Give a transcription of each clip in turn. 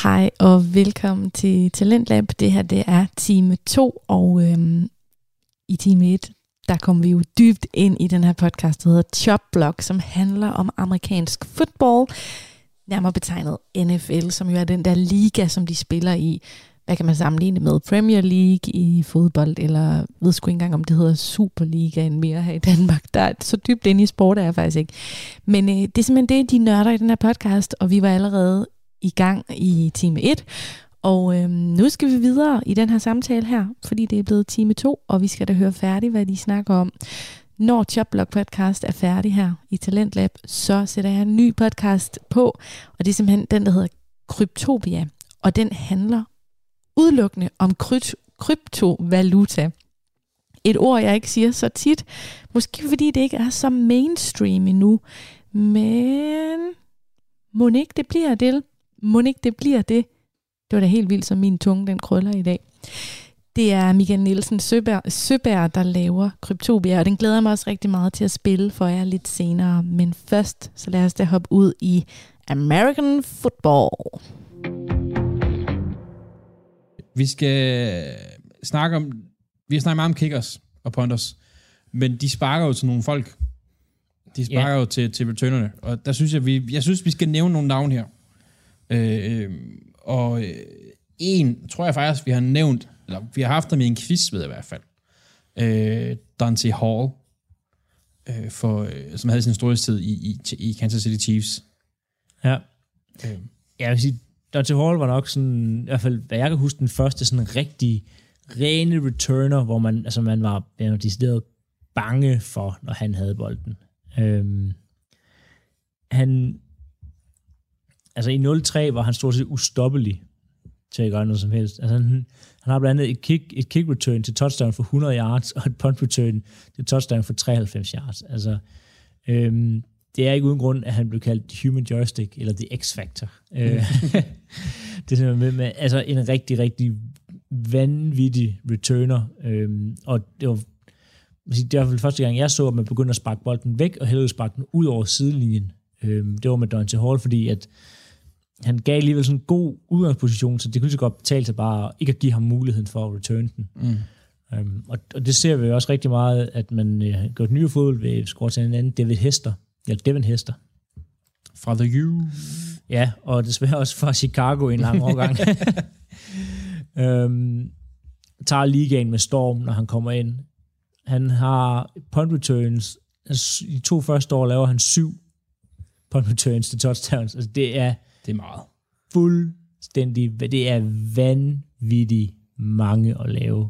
Hej og velkommen til Talentlab. Det her det er time 2, og i time 1, der kommer vi jo dybt ind i den her podcast, der hedder Chop Block, som handler om amerikansk fodbold, nærmere betegnet NFL, som jo er den der liga, som de spiller i. Hvad kan man sammenligne med? Premier League i fodbold, eller jeg ved sgu ikke engang, om det hedder Superligaen mere her i Danmark. Der er så dybt inde i sport, er jeg faktisk ikke. Men det er simpelthen det, de nørder i den her podcast, og vi var allerede i gang i time 1. Og nu skal vi videre i den her samtale her, fordi det er blevet time 2, og vi skal da høre færdigt, hvad de snakker om. Når Chop Block podcast er færdig her i Talentlab, så sætter jeg en ny podcast på, og det er simpelthen den, der hedder Kryptopia, og den handler udelukkende om kryptovaluta. Et ord, jeg ikke siger så tit, måske fordi det ikke er så mainstream endnu, men mon ikke det bliver det? Mon ikke det bliver det? Det var da helt vildt, som min tunge den krøller i dag. Det er Michael Nielsen Søberg, der laver Kryptopia, og den glæder mig også rigtig meget til at spille for jer lidt senere. Men først, så lad os da hoppe ud i American football. Vi skal snakke meget om kickers og punters, men de sparker jo til nogle folk. De sparker jo til returnerne, og der synes jeg synes, vi skal nævne nogle navne her. En tror jeg faktisk, vi har nævnt, eller vi har haft dem i en quiz ved i hvert fald. Dante Hall, som havde sin storhedstid i Kansas City Chiefs. Ja. Jeg vil sige, Dante Hall var nok sådan, i hvert fald, hvad jeg kan huske, den første sådan rigtig rene returner, hvor man var decideret bange for, når han havde bolden. Altså i 0-3 var han stort set ustoppelig til at gøre noget som helst. Altså han har blandt andet et kick return til touchdown for 100 yards, og et punt return til touchdown for 93 yards. Altså, det er ikke uden grund, at han blev kaldt Human Joystick, eller The X-Factor. Det er simpelthen med altså en rigtig, rigtig vanvittig returner. Og det var i hvert fald første gang, jeg så, at man begyndte at sparke bolden væk, og hellere sparke den ud over sidelinjen. Det var med Dante Hall, fordi at han gav alligevel sådan en god udgangsposition, så det kunne så godt betale sig bare ikke at give ham muligheden for at returne den. Og det ser vi også rigtig meget, at man har gjort nye fodbold ved score til en anden Devin Hester. Fra The U. Ja, og desværre også fra Chicago i en lang årgang. Tager ligaen med storm, når han kommer ind. Han har punt returns. I 2 første år laver han 7 punt returns til touchdowns. Altså det er meget. Fuldstændig. Det er vanvittigt mange at lave.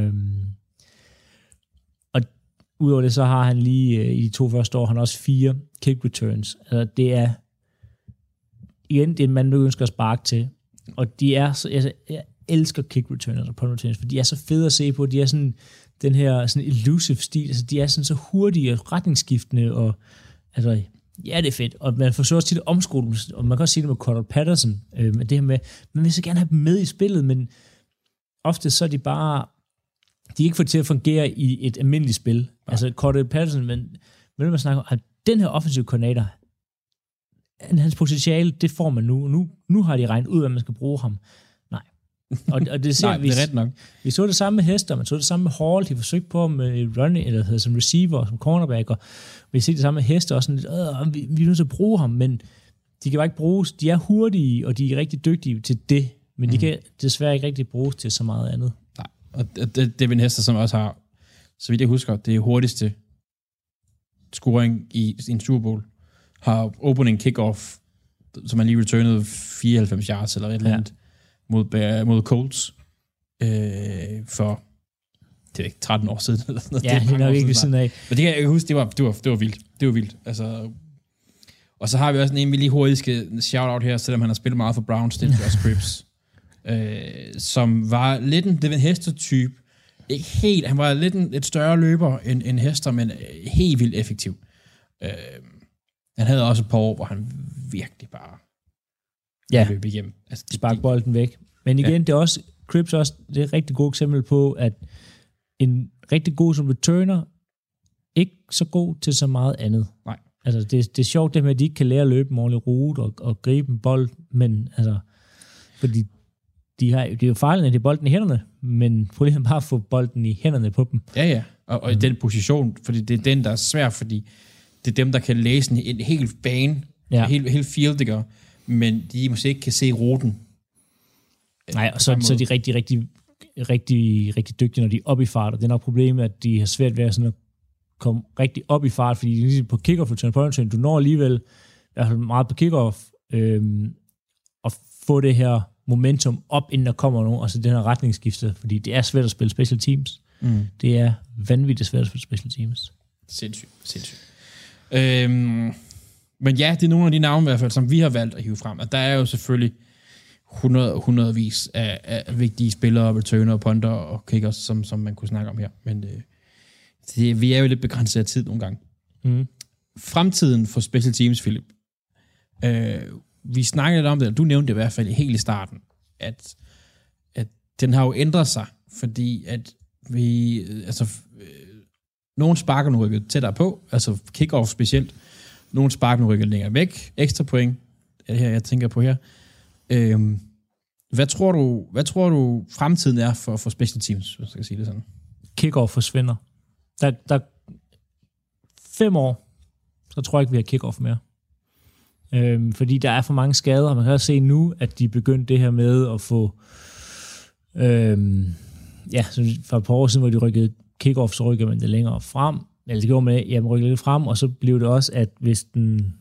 Og udover det, så har han lige i de 2 første år, han har også 4 kick returns. Altså det er igen det, man ønsker at sparke til. Og de er så, jeg elsker kick returns og punt returns, for de er så fede at se på. De er sådan den her sådan elusive stil. Altså de er sådan så hurtige og retningsskiftende, og altså ja, det er fedt, og man forsøger også tit at omskole, og man kan også sige det med Cordell Patterson, med det her med, man vil så gerne have dem med i spillet, men ofte så er de er ikke fået til at fungere i et almindeligt spil. Ja. Altså Cordell Patterson, men man snakker om, at den her offensive koordinator, hans potentiale, det får man nu. Nu har de regnet ud, hvad man skal bruge ham. Nej. Og det ser Nej, det er ret nok. Vi så det samme med Hester, man så det samme med Hall, de forsøgte på med running, eller som receiver, som cornerback, og vi ser det samme med Hester, også sådan lidt, vi er nødt til at bruge ham, men de kan bare ikke bruges. De er hurtige, og de er rigtig dygtige til det, men de kan desværre ikke rigtig bruges til så meget andet. Nej, og Devin Hester, som også har, så vidt jeg husker, det hurtigste scoring i en Super Bowl, har opening kickoff, som han lige returnede 94 yards eller et eller andet, mod Colts for det er ikke 13 år siden eller sådan noget. Ja, det er nok ikke ved siden af. Men det kan jeg huske, det var vildt. Det var vildt. Altså, og så har vi også en lige hurtigt shout-out her, selvom han har spillet meget for Browns, det er Josh Cribbs, som var lidt en Devin Hester-type. Ikke helt, han var lidt et større løber end Hester, men helt vildt effektiv. Han havde også et par år, hvor han virkelig bare løb igennem. Altså, spark bolden væk. Men igen, det er også, Cribbs også, det er et rigtig godt eksempel på, at en rigtig god som returner, ikke så god til så meget andet. Nej. Altså, det er sjovt det med, at de ikke kan lære at løbe en ordentlig rute og gribe en bold, men altså, Fordi de er jo farlige, når de har bolden i hænderne, men problemet er bare at få bolden i hænderne på dem. Ja. Og i den position, fordi det er den, der er svær, fordi det er dem, der kan læse en hel bane, helt field, det gør, men de måske ikke kan se ruten. Nej, og så er de rigtig dygtige, når de er oppe i fart, og det er nok problemet, at de har svært ved sådan at komme rigtig op i fart, fordi ligesom på kick-off return point return, du når alligevel i hvert fald meget på kick-off, og få det her momentum op, inden der kommer nogen, og så den her retningsskifte, fordi det er svært at spille special teams. Det er vanvittigt svært at spille special teams. Sindssygt. Men ja, det er nogle af de navne i hvert fald, som vi har valgt at hive frem, og der er jo selvfølgelig hundredvis af vigtige spillere, returner, punter og kickers, som man kunne snakke om her, men vi er jo lidt begrænset af tid nogle gange. Fremtiden for special teams, Philip. Vi snakkede lidt om det, og du nævnte det i hvert fald helt i starten, at den har jo ændret sig, fordi at nogle sparker nu rykket tættere på, altså kick-off specielt, nogle sparker nu rykket længere væk, ekstra point, er det her, jeg tænker på her. Hvad tror du fremtiden er for special teams, hvis jeg kan sige det sådan? Kick-off forsvinder. Der 5 år, så tror jeg ikke, vi har kick-off mere. Fordi der er for mange skader, og man kan også se nu, at de begyndte det her med at få så for et par år siden, hvor de rykkede kick-off, så rykker man det længere frem, eller det gjorde man, man rykkede lidt frem, og så blev det også, at hvis den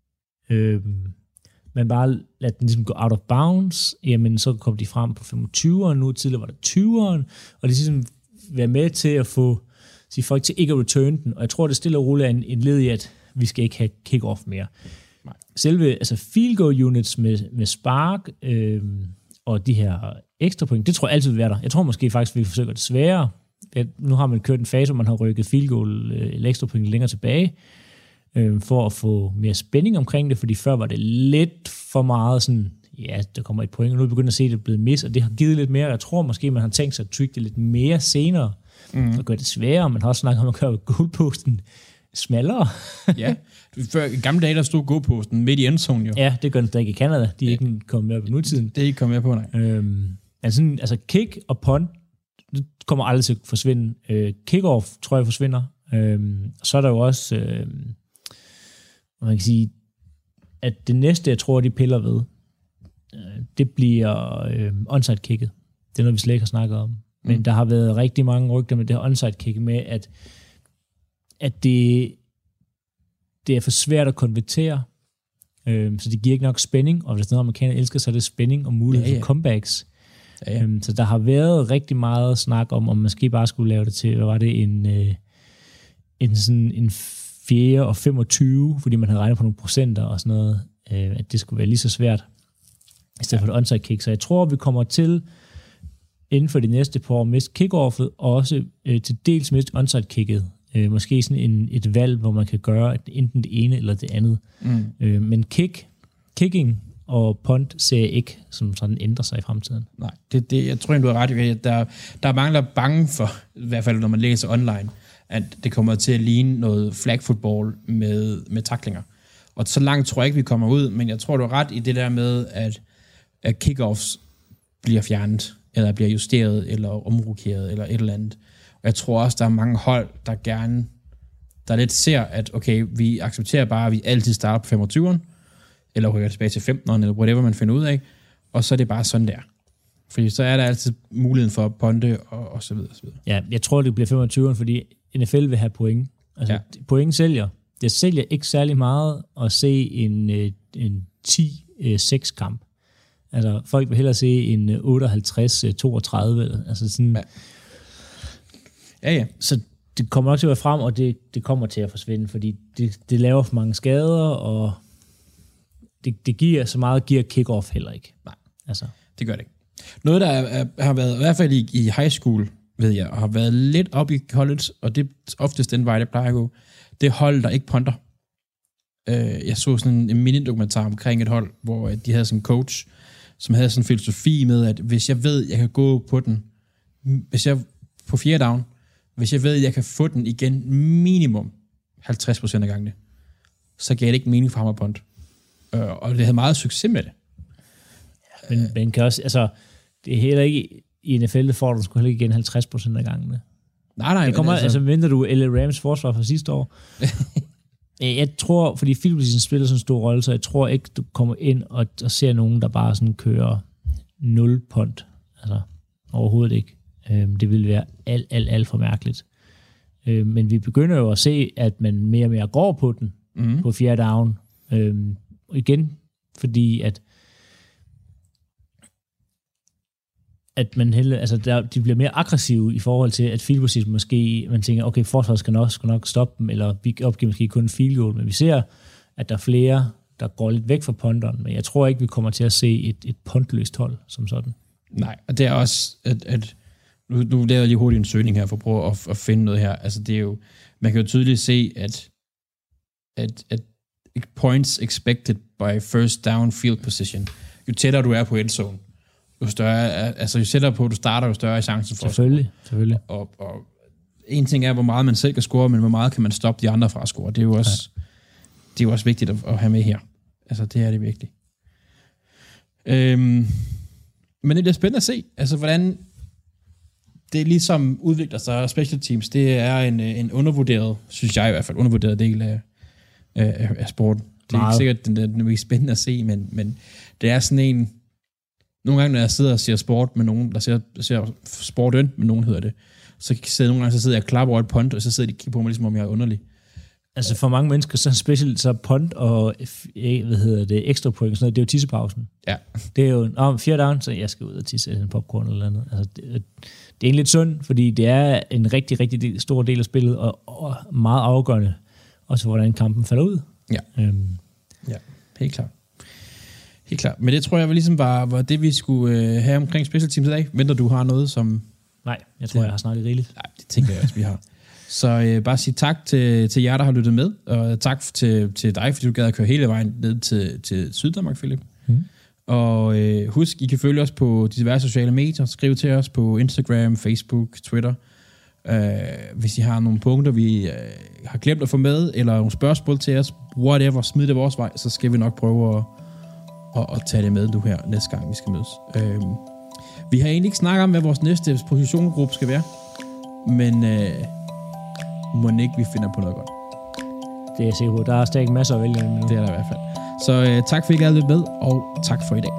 man bare lader den ligesom gå out of bounds, jamen så kom de frem på 25'eren, nu tidligere var der 20'eren, og det ligesom være med til at få folk til ikke at return den, og jeg tror, det stille og roligt er en led i, at vi skal ikke have kick-off mere. Nej. Selve field goal units med spark og de her ekstra point, det tror jeg altid vil være der. Jeg tror måske faktisk, vi forsøger det sværere. Nu har man kørt en fase, hvor man har rykket field goal eller ekstra point længere tilbage, for at få mere spænding omkring det, fordi før var det lidt for meget sådan, ja, der kommer et point, og nu er vi begyndt at se, at det er blevet mis, og det har givet lidt mere. Jeg tror måske, man har tænkt sig at trykke det lidt mere senere, og gøre det sværere. Man har også snakket om at gøre goalposten smallere. Ja, før i gamle dage, der stod goalposten midt i endzone jo. Ja, det gør den ikke i Canada. De er ikke kommet med på nutiden. Det er ikke kommet med på, nej. Altså kick og punt, det kommer aldrig til at forsvinde. Kick-off, tror jeg, forsvinder. Så er der jo også, man kan sige, at det næste, jeg tror, de piller ved, det bliver onside-kicket. Det er noget, vi slet ikke har snakket om. Men der har været rigtig mange rygter med det her onside-kick med, at det er for svært at konvertere, så det giver ikke nok spænding, og hvis noget amerikaner elsker, så er det spænding og mulighed for comebacks. Ja. Så der har været rigtig meget snak om måske bare skulle lave det til, hvad var det, en 4 og 25, fordi man havde regnet på nogle procenter og sådan noget, at det skulle være lige så svært, i stedet for et onside kick. Så jeg tror, vi kommer til, inden for de næste par år, miste kickoffet, og også til dels miste onside kicket. Måske sådan et valg, hvor man kan gøre enten det ene eller det andet. Men kicking og punt ser jeg ikke som sådan ændrer sig i fremtiden. Nej, jeg tror, du har ret i, at der er mange, der er bange for, i hvert fald når man læser online, at det kommer til at ligne noget flag football med tacklinger. Og så langt tror jeg ikke, vi kommer ud, men jeg tror, du har ret i det der med, at kickoffs bliver fjernet, eller bliver justeret, eller omrokeret, eller et eller andet. Og jeg tror også, der er mange hold, der lidt ser, at okay, vi accepterer bare, at vi altid starter på 25'eren, eller rykker tilbage til 15'eren, eller whatever man finder ud af, og så er det bare sådan der. Fordi så er der altid muligheden for at punte, og så videre, og så videre. Ja, jeg tror, det bliver 25'eren, fordi NFL vil have point. Altså, point sælger. Det sælger ikke særlig meget at se en 10-6 kamp. Altså, folk vil hellere se en 58-32, altså sådan. Ja. Så det kommer nok til at være frem, og det kommer til at forsvinde, fordi det laver for mange skader, og det giver så meget, giver kick-off heller ikke. Nej, altså. Det gør det ikke. Noget, der har været, i hvert fald i high school, ved jeg, og har været lidt op i college, og det er oftest den vej, det plejer at gå, det hold, der ikke punter. Jeg så sådan en mini-dokumentar omkring et hold, hvor de havde sådan en coach, som havde sådan en filosofi med, at hvis jeg ved, jeg kan gå på den, hvis jeg på 4. down, hvis jeg ved, jeg kan få den igen minimum 50% af gangene, så gav det ikke mening for ham at punt. Og det havde meget succes med det. Men kan også, altså, det er heller ikke i NFL, får du sgu heller ikke igen 50% af gangene. Nej. Det kommer, altså venter du LA Rams forsvar fra sidste år. Jeg tror, fordi Phillips spiller sådan en stor rolle, så jeg tror ikke, du kommer ind og ser nogen, der bare sådan kører 0 punt. Altså, overhovedet ikke. Det ville være alt for mærkeligt. Men vi begynder jo at se, at man mere og mere går på den, på 4. down. Igen, fordi at man heller, altså de bliver mere aggressive i forhold til, at field position måske, man tænker, okay, forsvaret skal nok stoppe dem, eller vi opgiver måske kun en field goal, men vi ser, at der er flere, der går lidt væk fra punteren, men jeg tror ikke, vi kommer til at se et puntløst hold som sådan. Nej, og det er også, at nu lavede jeg lige hurtigt en søgning her, for at prøve at finde noget her. Altså det er jo, man kan jo tydeligt se, at points expected by first down field position, jo tættere du er på endzone, jo større, altså jo sættere på, du starter, jo større er chancen for Selvfølgelig. Og en ting er, hvor meget man selv kan score, men hvor meget kan man stoppe de andre fra at score. Det er jo også vigtigt at have med her. Altså, det er det virkelig. Men det bliver spændende at se, altså hvordan det ligesom udvikler sig. Special teams, det er en undervurderet, synes jeg i hvert fald, undervurderet del af sporten. Det er ikke sikkert den mest spændende at se, men det er sådan en. Nogle gange, når jeg sidder og ser sport med nogen, der ser sporten med nogen, hedder det, så nogle gange sidder jeg og klapper over et punt, og så sidder de og kigger på mig, ligesom om jeg er underlig. Altså for mange mennesker, så punt og ekstra point, sådan noget, det er jo tissepausen. Ja. Det er jo 4 down, så jeg skal ud og tisse en popcorn eller andet. Altså, det er egentlig lidt synd, fordi det er en rigtig, rigtig stor del af spillet, og meget afgørende, også hvordan kampen falder ud. Ja, ja, helt klart. Helt klart. Men det tror jeg ligesom var det, vi skulle have omkring special teams i dag. Venter du har noget, som... Nej, jeg tror, jeg har snakket rigeligt. Nej, det tænker jeg også, vi har. Så bare sige tak til jer, der har lyttet med, og tak til dig, fordi du gad at køre hele vejen ned til Syddanmark, Philip. Og husk, I kan følge os på diverse sociale medier, skriv til os på Instagram, Facebook, Twitter. Hvis I har nogle punkter, vi har glemt at få med, eller nogle spørgsmål til os, whatever, smid det vores vej, så skal vi nok prøve at tage det med nu her næste gang, vi skal mødes. Vi har egentlig ikke snakket om, hvad vores næste positionsgruppe skal være, men må ikke vi finder på noget godt. Det er jeg sikker på. Der er stadig masser at vælge nu. Det er der i hvert fald. Så tak for, at I gad lidt med, og tak for i dag.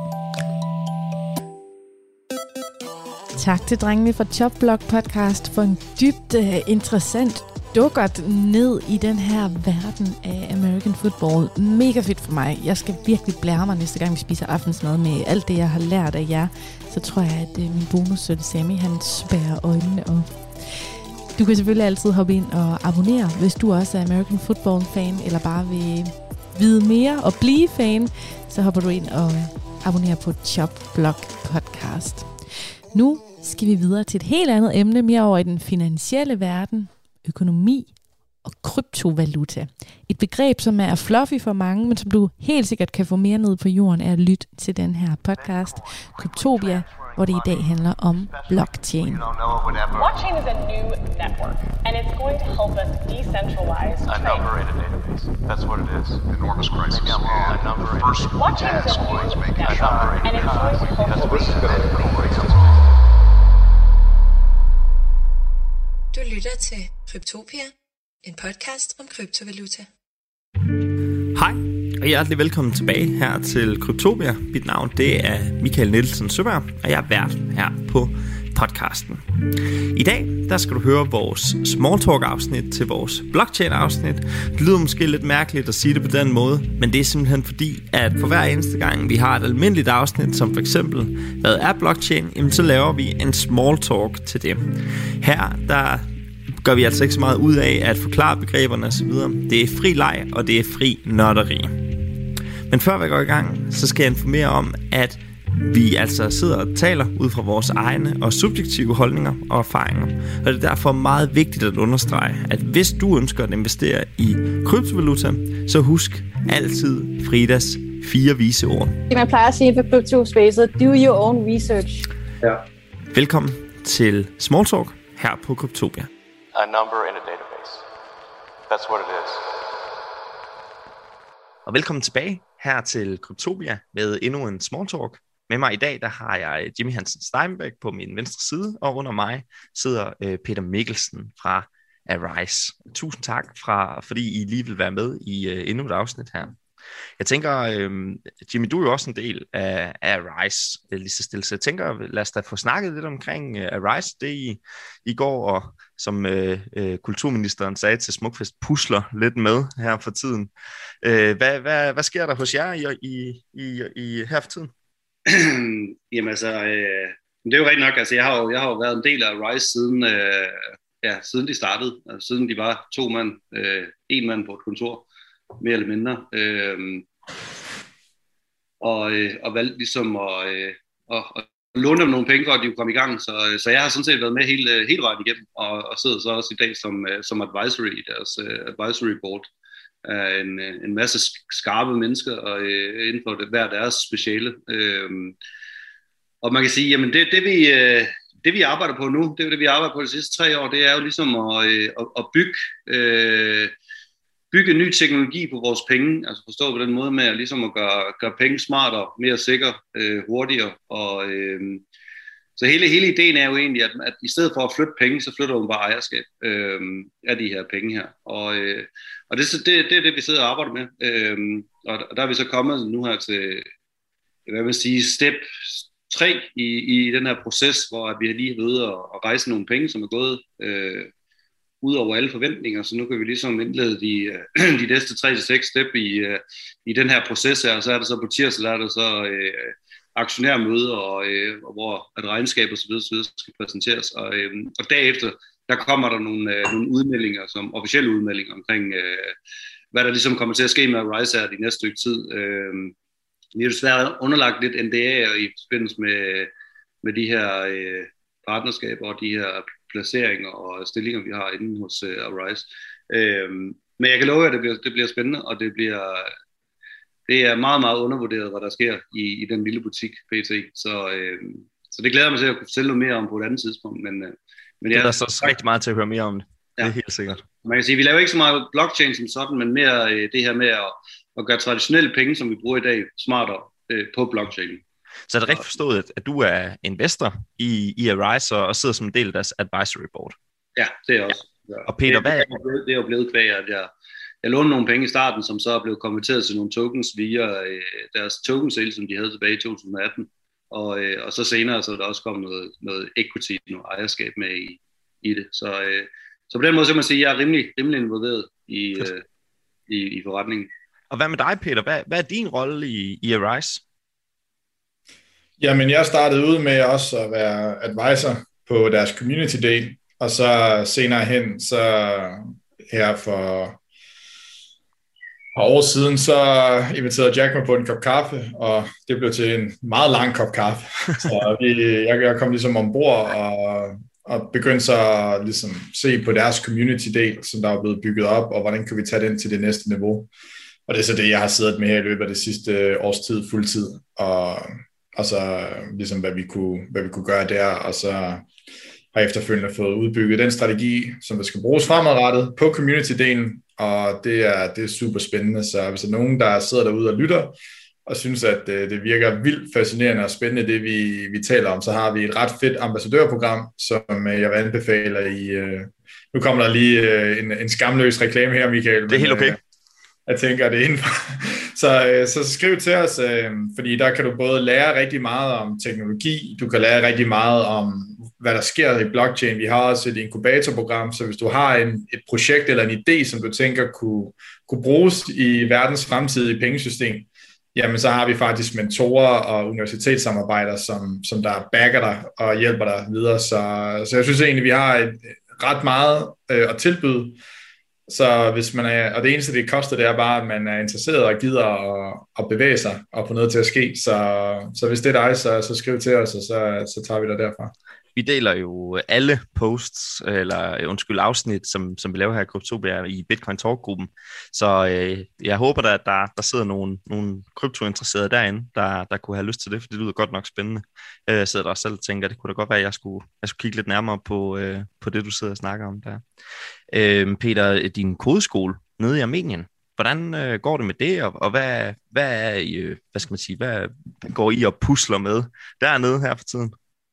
Tak til drengene fra Chopblock Podcast for en dybt interessant dukkert ned i den her verden af American football. Mega fedt for mig. Jeg skal virkelig blære mig næste gang, vi spiser aftensmad med alt det, jeg har lært af jer. Så tror jeg, at min bonussøn Sammy, han spærrer øjnene op. Du kan selvfølgelig altid hoppe ind og abonnere, hvis du også er American football fan, eller bare vil vide mere og blive fan, så hopper du ind og abonnerer på Chopblock Podcast. Nu skal vi videre til et helt andet emne, mere over i den finansielle verden, økonomi og kryptovaluta. Et begreb, som er fluffy for mange, men som du helt sikkert kan få mere ned på jorden, er at lytte til den her podcast, Cryptopia, hvor det i dag handler om blockchain. Blockchain is a new network, and it's going to help us decentralize a number in a database. That's what it is. Enormous crisis. A number in Blockchain is a new network, and it's going to help us. Du lytter til Cryptopia, en podcast om kryptovaluta. Hej, og hjertelig velkommen tilbage her til Cryptopia. Mit navn det er Michael Nielsen Søberg, og jeg er vært her på podcasten. I dag der skal du høre vores small talk afsnit til vores blockchain afsnit. Det lyder måske lidt mærkeligt at sige det på den måde, men det er simpelthen fordi, at for hver eneste gang vi har et almindeligt afsnit, som for eksempel hvad er blockchain, jamen så laver vi en small talk til det. Her der gør vi altså ikke så meget ud af at forklare begreberne osv. Det er fri leg, og det er fri nørderi. Men før vi går i gang, så skal jeg informere om, at vi altså sidder og taler ud fra vores egne og subjektive holdninger og erfaringer. Og det er derfor meget vigtigt at understrege, at hvis du ønsker at investere i kryptovaluta, så husk altid Fridas 4 vise ord. Man plejer at sige for kryptospacet, do your own research. Ja. Velkommen til Small Talk her på Cryptopia. A number in a database. That's what it is. Og velkommen tilbage her til Cryptopia med endnu en Small Talk Med mig i dag, der har jeg Jimmy Hansen Steinbeck på min venstre side, og under mig sidder Peter Mikkelsen fra Arise. Tusind tak, fordi I lige vil være med i endnu et afsnit her. Jeg tænker, Jimmy, du er jo også en del af Arise, lige så stille. Så jeg tænker, lad os da få snakket lidt omkring Arise. Det I går, og som kulturministeren sagde til Smukfest, pusler lidt med her for tiden. Hvad sker der hos jer i her for tiden? Jamen altså, det er jo rigtig nok. Altså, jeg har jo været en del af Arise siden de startede. Altså, siden de var 2 mand, 1 mand på et kontor, mere eller mindre. Og valgte ligesom at låne dem nogle penge for, at de kunne komme i gang. Så jeg har sådan set været med hele vejen igennem, og sidder så også i dag som advisory i deres advisory board af en masse skarpe mennesker og inden for hver deres speciale. Og man kan sige, jamen det vi arbejder på nu, det vi arbejder på de sidste 3 år, det er jo ligesom at bygge ny teknologi på vores penge, altså forstå på den måde med at ligesom at gøre penge smartere, mere sikre, hurtigere. Og så hele ideen er jo egentlig, at i stedet for at flytte penge, så flytter man bare ejerskab af de her penge her. Og det er det, vi sidder og arbejder med. Og der er vi så kommet nu her til, hvad vil sige, step 3 i den her proces, hvor vi har lige været ude og rejse nogle penge, som er gået ud over alle forventninger, så nu kan vi ligesom indlede de næste 3-6 step i den her proces her, og så er det så på tirsdag, der er det så aktionærmøde, og hvor at regnskab og så videre skal præsenteres, og derefter, der kommer der nogle udmeldinger, som officielle udmeldinger omkring, hvad der ligesom kommer til at ske med Arise her de næste stykke tid. Vi har desværre underlagt lidt NDA'er i forbindelse med de her partnerskaber og de her placeringer og stillinger, vi har inde hos Arise. Men jeg kan love jer, at det bliver spændende, og det er meget, meget undervurderet, hvad der sker i den lille butik, PT. Så det glæder mig til at kunne fortælle noget mere om på et andet tidspunkt. Men det er der så rigtig meget til at høre mere om det. Ja. Det er helt sikkert. Man kan sige, at vi laver ikke så meget blockchain som sådan, men mere det her med at gøre traditionelle penge, som vi bruger i dag, smartere på blockchain. Så er det rigtigt forstået, at du er investor i Arise og sidder som en del af deres advisory board? Ja, det er også. Ja. Og Peter, hvad det er jo blevet kvæg, at jeg lånte nogle penge i starten, som så er blevet konverteret til nogle tokens via deres token sale, som de havde tilbage i 2018. Og så senere så er der også kommet noget equity, noget ejerskab med i det. Så på den måde så kan man sige, at jeg er rimelig involveret i forretningen. Og hvad med dig, Peter? Hvad er din rolle i Arise? Jamen, jeg startede ud med også at være advisor på deres community-del, og så senere hen, så her for et par år siden, så inviterede Jack mig på en kop kaffe, og det blev til en meget lang kop kaffe. Så jeg kom ligesom ombord og begyndte så at ligesom se på deres community-del, som der er blevet bygget op, og hvordan kan vi tage den til det næste niveau. Og det er så det, jeg har siddet med her i løbet af det sidste års tid, fuldtid, og så ligesom hvad vi kunne gøre der, og så har jeg efterfølgende fået udbygget den strategi, som der skal bruges fremadrettet på community-delen, og det er super spændende. Så hvis der er nogen, der sidder derude og lytter, og synes, at det virker vildt fascinerende og spændende, det vi taler om, så har vi et ret fedt ambassadørprogram, som jeg vil anbefale nu kommer der lige en skamløs reklame her, Michael. Det er helt okay. Jeg tænker, det er indenfor. Så skriv til os, fordi der kan du både lære rigtig meget om teknologi, du kan lære rigtig meget om, hvad der sker i blockchain. Vi har også et inkubatorprogram, så hvis du har et projekt eller en idé, som du tænker kunne bruges i verdens fremtidige pengesystem, jamen så har vi faktisk mentorer og universitetssamarbejdere, som der backer dig og hjælper dig videre. Så jeg synes egentlig, vi har ret meget at tilbyde. Så hvis man og det eneste, det koster, det er bare, at man er interesseret og gider at bevæge sig og få noget til at ske. Så hvis det er dig, så skriv til os, og så tager vi dig derfra. Vi deler jo alle posts, eller afsnit, som vi laver her i Cryptopia i Bitcoin Talk-gruppen. Så jeg håber da, at der sidder nogle kryptointeresserede derinde, der kunne have lyst til det, for det lyder godt nok spændende. Jeg sidder der selv og tænker, det kunne da godt være, at jeg skulle kigge lidt nærmere på det, du sidder og snakker om der. Peter, din kodeskole nede i Armenien, Hvordan går det med det, og hvad er hvad skal man sige, hvad går I og pusler med dernede her for tiden?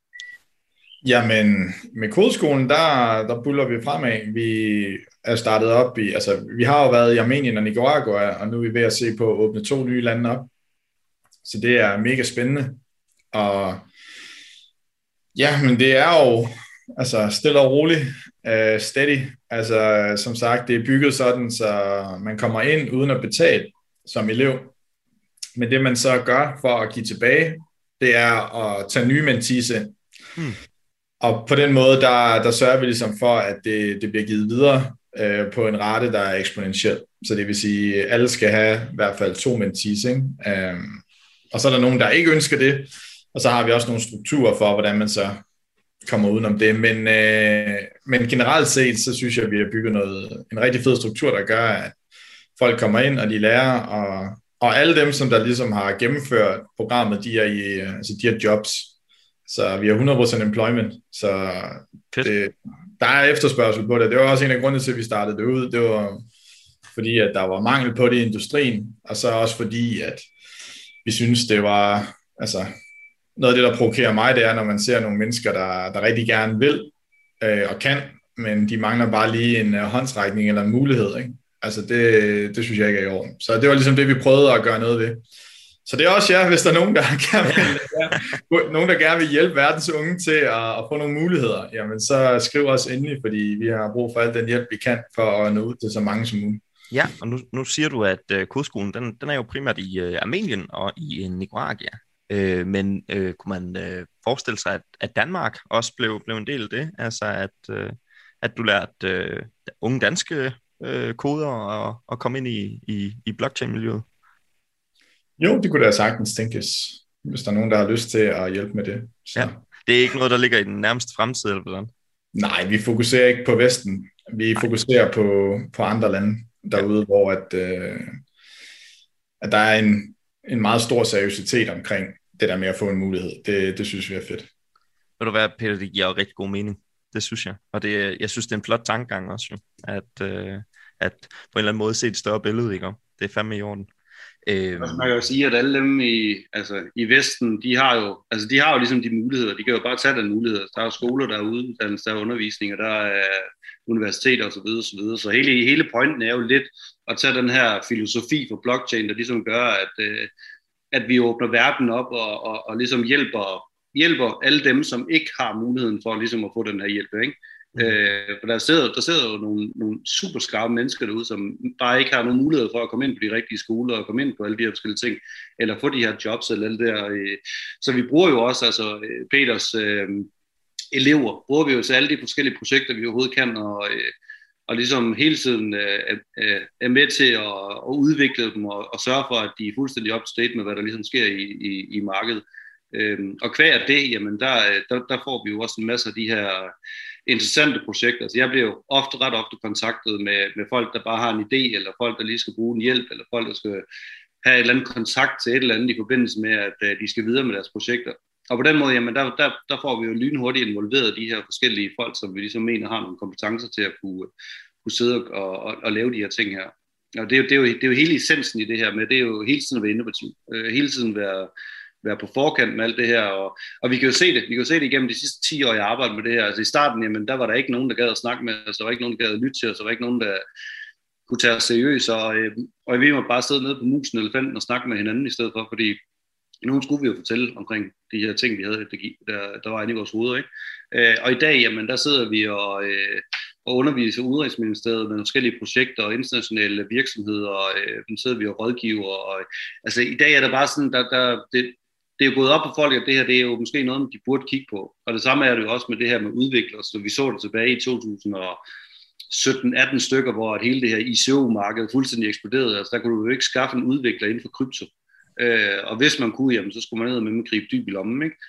Jamen, med kodeskolen, der buller vi fremad. Vi er startet op vi har jo været i Armenien og Nicaragua, og nu er vi ved at se på at åbne 2 nye lande op. Så det er mega spændende. Og ja, men det er jo stille og roligt, steady. Som sagt, det er bygget sådan, så man kommer ind uden at betale som elev. Men det man så gør for at give tilbage, det er at tage nye mentees ind. Og på den måde, der sørger vi ligesom for, at det bliver givet videre på en rate, der er eksponentiel. Så det vil sige, at alle skal have i hvert fald 2 mentees, ikke? Og så er der nogen, der ikke ønsker det, og så har vi også nogle strukturer for, hvordan man så kommer udenom det. Men generelt set, så synes jeg, at vi har bygget en rigtig fed struktur, der gør, at folk kommer ind, og de lærer, og alle dem, som der ligesom har gennemført programmet, de har jobs. Så vi har 100% employment, så der er efterspørgsel på det. Det var også en af grundene til, at vi startede det ud. Det var fordi, at der var mangel på det i industrien, og så også fordi, at vi synes, det var noget af det, der provokerer mig, det er, når man ser nogle mennesker, der rigtig gerne vil og kan, men de mangler bare lige en håndsrækning eller en mulighed, ikke? Det synes jeg ikke er i orden. Så det var ligesom det, vi prøvede at gøre noget ved. Så det er også jer, hvis der er nogen, der gerne vil hjælpe verdens unge til at få nogle muligheder, jamen så skriv os endelig, fordi vi har brug for al den hjælp, vi kan, for at nå ud til så mange som muligt. Ja, og nu siger du, at kodeskolen, den er jo primært i Armenien og i Nicaragua. Men kunne man forestille sig, at Danmark også blev en del af det? Altså, at du lærte unge danske koder og komme ind i blockchain-miljøet? Jo, det kunne da sagtens tænkes, hvis der er nogen, der har lyst til at hjælpe med det. Så. Ja, det er ikke noget, der ligger i den nærmeste fremtid, eller hvordan? Nej, vi fokuserer ikke på Vesten. Vi fokuserer på andre lande derude, hvor at der er en meget stor seriøsitet omkring det der med at få en mulighed. Det synes vi er fedt. Ved du hvad, Peter, det giver rigtig god mening. Det synes jeg. Og jeg synes, det er en flot tankegang også, jo. At på en eller anden måde se et større billede, ikke? Det er fandme i orden. Man kan jo sige, at alle dem i Vesten, de har jo ligesom de muligheder. De kan jo bare tage den mulighed. Der er skoler, der er uddannelse, der er undervisning, og der er universiteter osv. Så hele pointen er jo lidt at tage den her filosofi for blockchain, der ligesom gør, at vi åbner verden op og ligesom hjælper alle dem, som ikke har muligheden for ligesom at få den her hjælp, ikke? For der sidder jo nogle super skarpe mennesker derude, som bare ikke har nogen mulighed for at komme ind på de rigtige skoler og komme ind på alle de her forskellige ting, eller få de her jobs eller alt det der. Så vi bruger jo også, Peters elever, bruger vi jo til alle de forskellige projekter, vi overhovedet kan, og ligesom hele tiden er med til at udvikle dem og sørge for, at de er fuldstændig up to date med, hvad der ligesom sker i markedet. Og hver af det, jamen der får vi jo også en masse af de her interessante projekter. Altså jeg bliver jo ret ofte kontaktet med folk, der bare har en idé, eller folk, der lige skal bruge en hjælp, eller folk, der skal have et eller andet kontakt til et eller andet i forbindelse med, at de skal videre med deres projekter. Og på den måde, jamen der får vi jo lynhurtigt involveret de her forskellige folk, som vi ligesom mener har nogle kompetencer til at kunne sidde og lave de her ting her. Og det er jo hele essensen i det her med, det er jo hele tiden at være innovativ. Hele tiden være på forkant med alt det her, og vi kan jo se det. Vi kan jo se det igennem de sidste 10 år, jeg arbejder med det her. Altså i starten, jamen der var der ikke nogen, der gad at snakke med os, der var ikke nogen, der gad at lytte til os, der var ikke nogen, der kunne tage os seriøst, og vi må bare sidde nede på musen eller elefanten og snakke med hinanden i stedet for, fordi nu skulle vi jo fortælle omkring de her ting, vi havde, der var inde i vores hoveder, ikke? Og i dag, jamen der sidder vi og underviser Udenrigsministeriet med forskellige projekter og internationale virksomheder, og der sidder vi og rådgiver, og altså i dag er der bare sådan, det er jo gået op på folk, at det her, det er jo måske noget, de burde kigge på. Og det samme er det jo også med det her med udviklere. Så vi så det tilbage i 2017-18 stykker, hvor hele det her ICO-marked fuldstændig eksploderede. Altså der kunne du jo ikke skaffe en udvikler inden for krypto. Og hvis man kunne, jamen, så skulle man ned med at gribe dyb i lommen, ikke?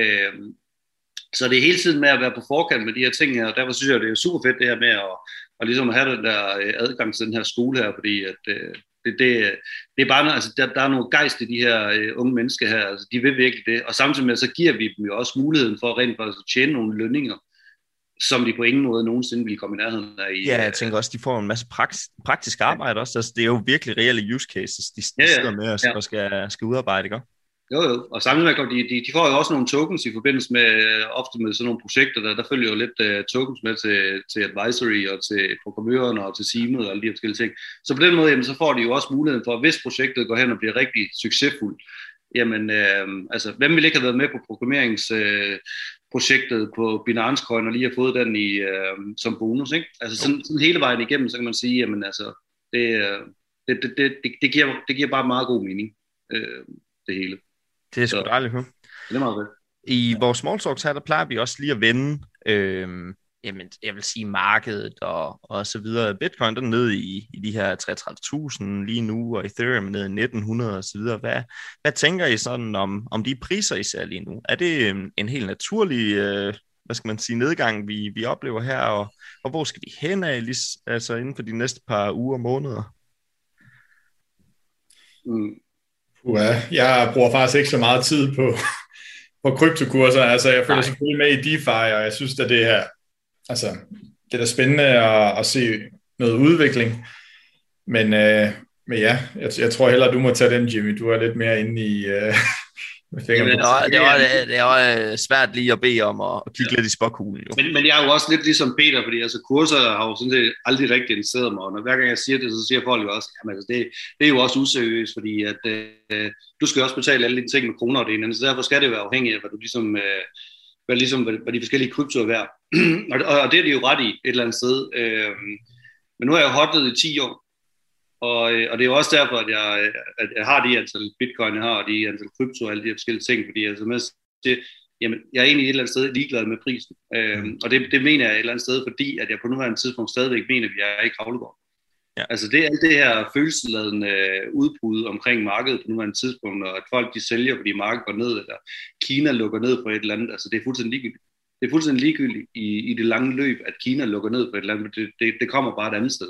Så det er hele tiden med at være på forkant med de her ting her, og derfor synes jeg, det er super fedt det her med at ligesom have den der adgang til den her skole her, fordi at det er bare, altså der er noget gejst i de her unge mennesker her, altså de vil virkelig det, og samtidig med så giver vi dem jo også muligheden for rent faktisk at tjene nogle lønninger, som de på ingen måde nogensinde ville komme i nærheden af. Ja, jeg tænker også, de får en masse praktisk arbejde også. Altså, det er jo virkelig reelle use cases, de sidder med og skal udarbejde, ikke? Jo, og samtidig med, de får jo også nogle tokens i forbindelse med, ofte med sådan nogle projekter, der følger jo lidt tokens med til advisory og til programmørerne og til teamet og alle de her forskellige ting. Så på den måde, jamen, så får de jo også muligheden for, at hvis projektet går hen og bliver rigtig succesfuldt, jamen, altså, hvem vil ikke have været med på programmeringsprojektet på Binance Coin og lige have fået den som bonus, ikke? Altså sådan hele vejen igennem, så kan man sige, jamen altså, det giver bare meget god mening, det hele. Det er sgu dejligt at høre. Det er meget fedt. I vores small talks her, der plejer vi også lige at vende, jamen, jeg vil sige markedet og så videre. Bitcoin, den er nede i de her 33.000 lige nu, og Ethereum nede i 1.900 og så videre. Hvad tænker I sådan om de priser, I ser lige nu? Er det en helt naturlig, hvad skal man sige, nedgang, vi oplever her, og hvor skal vi hen af, altså inden for de næste par uger og måneder? Jeg bruger faktisk ikke så meget tid på kryptokurser. Altså, jeg følger selvfølgelig med i DeFi, og jeg synes, at det her, altså, det er da spændende at se noget udvikling. Men ja, jeg tror hellere, du må tage den, Jimmy. Du er lidt mere inde i det er svært lige at bede om at kigge lidt i spåkuglen. Men jeg er jo også lidt ligesom Peter, fordi altså, kurser har jo sådan set aldrig rigtig interesseret mig, og hver gang jeg siger det, så siger folk jo også, jamen altså, det er jo også useriøst, fordi at du skal også betale alle dine ting med kroner og det ene, så derfor skal det være afhængigt af, hvad du hvad de forskellige kryptoer er værd. og det er det jo ret i et eller andet sted. Men nu er jeg jo hodlet i 10 år, og det er jo også derfor, at jeg har de antal bitcoin, jeg har, og de antal krypto og alle de her forskellige ting, fordi altså med det, jamen, jeg er egentlig et eller andet sted ligeglad med prisen. Og det mener jeg et eller andet sted, fordi at jeg på nuværende tidspunkt stadigvæk mener, at vi er i kravlegård. Ja. Altså det er alt det her følelsesladende udbrud omkring markedet på nuværende tidspunkt, og at folk de sælger, fordi markedet går ned, eller Kina lukker ned på et eller andet. Altså det er fuldstændig ligegyldigt. Det er fuldstændig ligegyldigt i det lange løb, at Kina lukker ned på et eller andet. Det kommer bare et andet sted.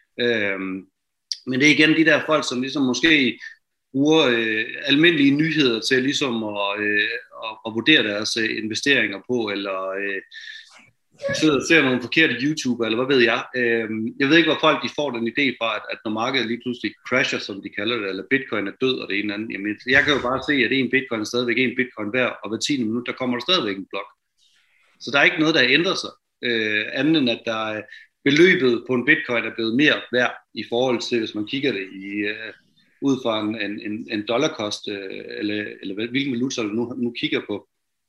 Men det er igen de der folk, som ligesom måske bruger almindelige nyheder til ligesom at vurdere deres investeringer på, eller sidder og ser nogle forkerte YouTuber, eller hvad ved jeg. Jeg ved ikke, hvor folk de får den idé fra, at når markedet lige pludselig crasher, som de kalder det, eller bitcoin er død, og det ene eller andet. Jamen, jeg kan jo bare se, at en bitcoin er stadigvæk en bitcoin værd, og hver 10 minut, der kommer der stadigvæk en blok. Så der er ikke noget, der ændrer sig, andet end at der beløbet på en bitcoin er blevet mere værd i forhold til, hvis man kigger det ud fra en dollarkost, eller hvilken valuta du nu kigger på.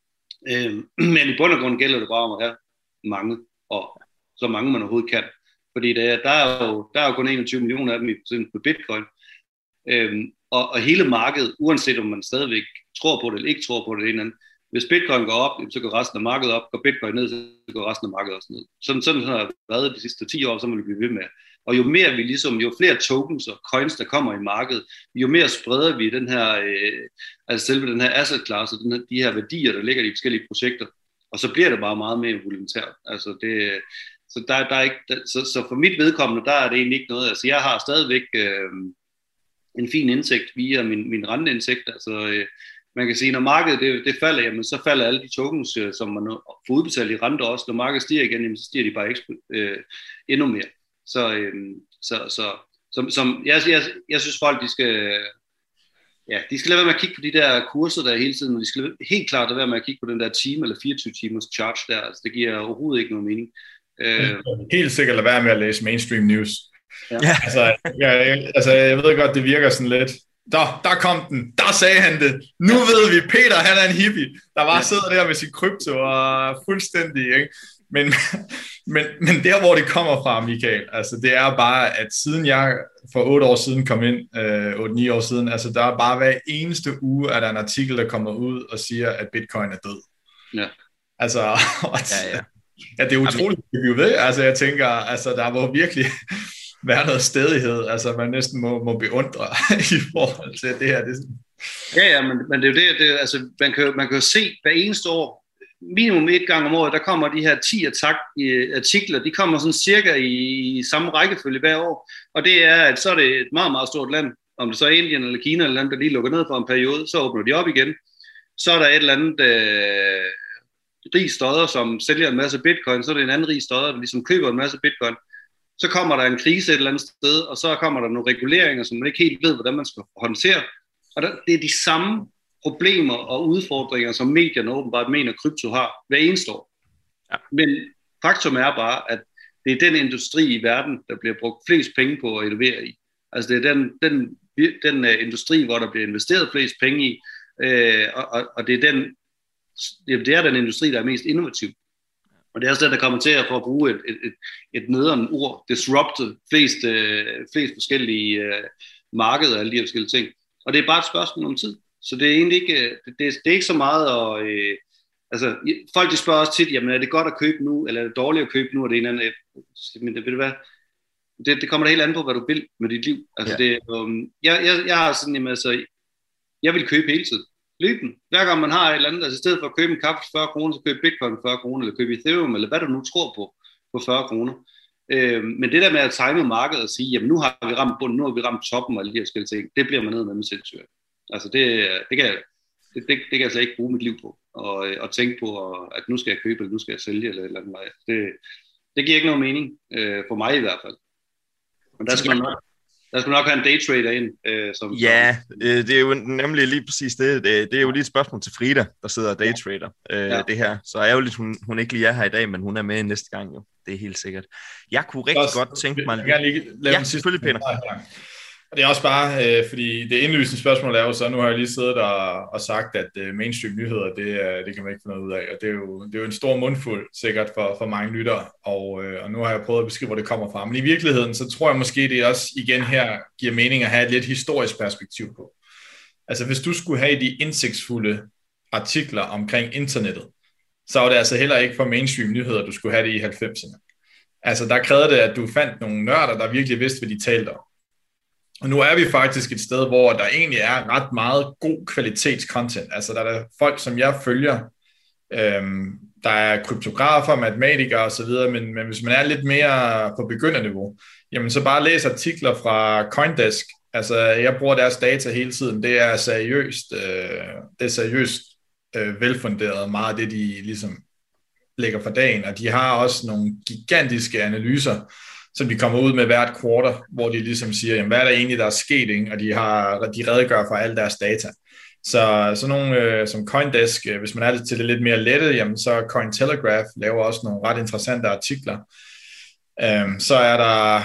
Men i bund og grund gælder det bare om at have mange, og så mange man overhovedet kan. Fordi der er jo kun 21 millioner af dem på bitcoin. Og hele markedet, uanset om man stadigvæk tror på det eller ikke tror på det eller andet, hvis bitcoin går op, så går resten af markedet op, går bitcoin ned, så går resten af markedet også ned. Sådan har det været de sidste 10 år, så må vi blive ved med. Og jo mere vi ligesom, jo flere tokens og coins, der kommer i markedet, jo mere spreder vi den her, altså selve den her asset class, og de her værdier, der ligger i de forskellige projekter. Og så bliver det bare meget mere voluntært. Altså så der er ikke, så for mit vedkommende, der er det egentlig ikke noget. Altså jeg har stadigvæk en fin indtægt via min renteindtægt. Altså man kan sige, når markedet det falder, jamen så falder alle de tokens, som man får udbetalt i renter også. Når markedet stiger igen, jamen, så stiger de bare endnu mere. Så jeg synes folk, de skal lade være med at kigge på de der kurser der hele tiden, og de skal helt klart lade være med at kigge på den der time eller 24 timers charge der. Altså det giver overhovedet ikke nogen mening. Helt sikkert lade være med at læse mainstream news. Ja. Altså, jeg ved godt, det virker sådan lidt. Der kom den. Der sagde han det. Nu ved vi, Peter, han er en hippie, der bare sidder der med sin krypto og fuldstændig, ikke? Men der, hvor det kommer fra, Michael, altså det er bare, at siden jeg for 8 år siden kom ind, 8-9 år siden, altså der er bare hver eneste uge, at der er en artikel, der kommer ud og siger, at bitcoin er død. Ja. Altså, ja, det er utroligt, at vi ved. Altså jeg tænker, altså der må virkelig være noget stædighed, altså man næsten må beundre i forhold til det her. Ja, men det er jo det altså man kan jo se hver eneste år, minimum 1 gang om året, der kommer de her 10 artikler, de kommer sådan cirka i samme rækkefølge hver år, og det er, at så er det et meget, meget stort land, om det så er Indien eller Kina eller land, der lige lukker ned for en periode, så åbner de op igen, så er der et eller andet rig stodder, som sælger en masse bitcoin, så er det en anden rig stodder, der ligesom køber en masse bitcoin. Så kommer der en krise et eller andet sted, og så kommer der nogle reguleringer, som man ikke helt ved, hvordan man skal håndtere. Og det er de samme problemer og udfordringer, som medierne åbenbart mener, krypto har hver eneste år. Ja. Men faktum er bare, at det er den industri i verden, der bliver brugt flest penge på at innovere i. Altså det er den industri, hvor der bliver investeret flest penge i, og det er den industri, der er mest innovativ. Og det er også det, der kommer til at få at bruge et nederen ord, disrupted flest forskellige markeder og alle de her forskellige ting. Og det er bare et spørgsmål om tid. Så det er egentlig ikke, det er ikke så meget at... altså, folk de spørger også tit, jamen er det godt at købe nu, eller er det dårligt at købe nu, og det ene andet. Men ved du hvad? Det kommer da helt an på, hvad du vil med dit liv. Altså, jeg har sådan, jamen altså, jeg vil købe hele tiden. Løben. Hver gang man har et eller andet, altså i stedet for at købe en kaffe for 40 kroner, så købe Bitcoin for 40 kroner, eller købe Ethereum, eller hvad du nu tror på 40 kroner. Men det der med at time markedet og sige, jamen nu har vi ramt bunden, nu har vi ramt toppen og alle de her forskellige ting, det bliver man ned med sindssygt. Altså det kan jeg slet ikke bruge mit liv på, og tænke på, at nu skal jeg købe, eller nu skal jeg sælge, eller et eller andet vej. Det giver ikke nogen mening, for mig i hvert fald. Men der skal man nok have en daytrader ind. Det er jo nemlig lige præcis det. Det er jo lige et spørgsmål til Frida, der sidder og daytrader det her. Så ærgerligt, hun ikke lige er her i dag, men hun er med næste gang jo. Det er helt sikkert. Jeg kunne rigtig godt tænke mig... Jeg kan lige lave en sidste Peter. Og det er også bare, fordi det indlysende spørgsmål er jo så, nu har jeg lige siddet og sagt, at mainstream nyheder, det kan man ikke få noget ud af, og det er jo en stor mundfuld sikkert for mange lyttere, og nu har jeg prøvet at beskrive, hvor det kommer fra. Men i virkeligheden, så tror jeg måske, det også igen her giver mening at have et lidt historisk perspektiv på. Altså hvis du skulle have de indsigtsfulde artikler omkring internettet, så var det altså heller ikke for mainstream nyheder, du skulle have det i 90'erne. Altså der krævede det, at du fandt nogle nørder, der virkelig vidste, hvad de talte om. Og nu er vi faktisk et sted, hvor der egentlig er ret meget god kvalitetscontent. Altså der er folk, som jeg følger, der er kryptografer, matematikere osv., men hvis man er lidt mere på begynderniveau, jamen så bare læs artikler fra CoinDesk. Altså jeg bruger deres data hele tiden. Det er seriøst velfunderet, meget af det, de ligesom lægger for dagen. Og de har også nogle gigantiske analyser, som de kommer ud med hvert quarter, hvor de ligesom siger, jamen, hvad er der egentlig, der er sket, ikke? Og de redegør for alle deres data. Så sådan nogle som CoinDesk, hvis man er til det lidt mere lette, jamen, så Cointelegraph laver også nogle ret interessante artikler. Så er der,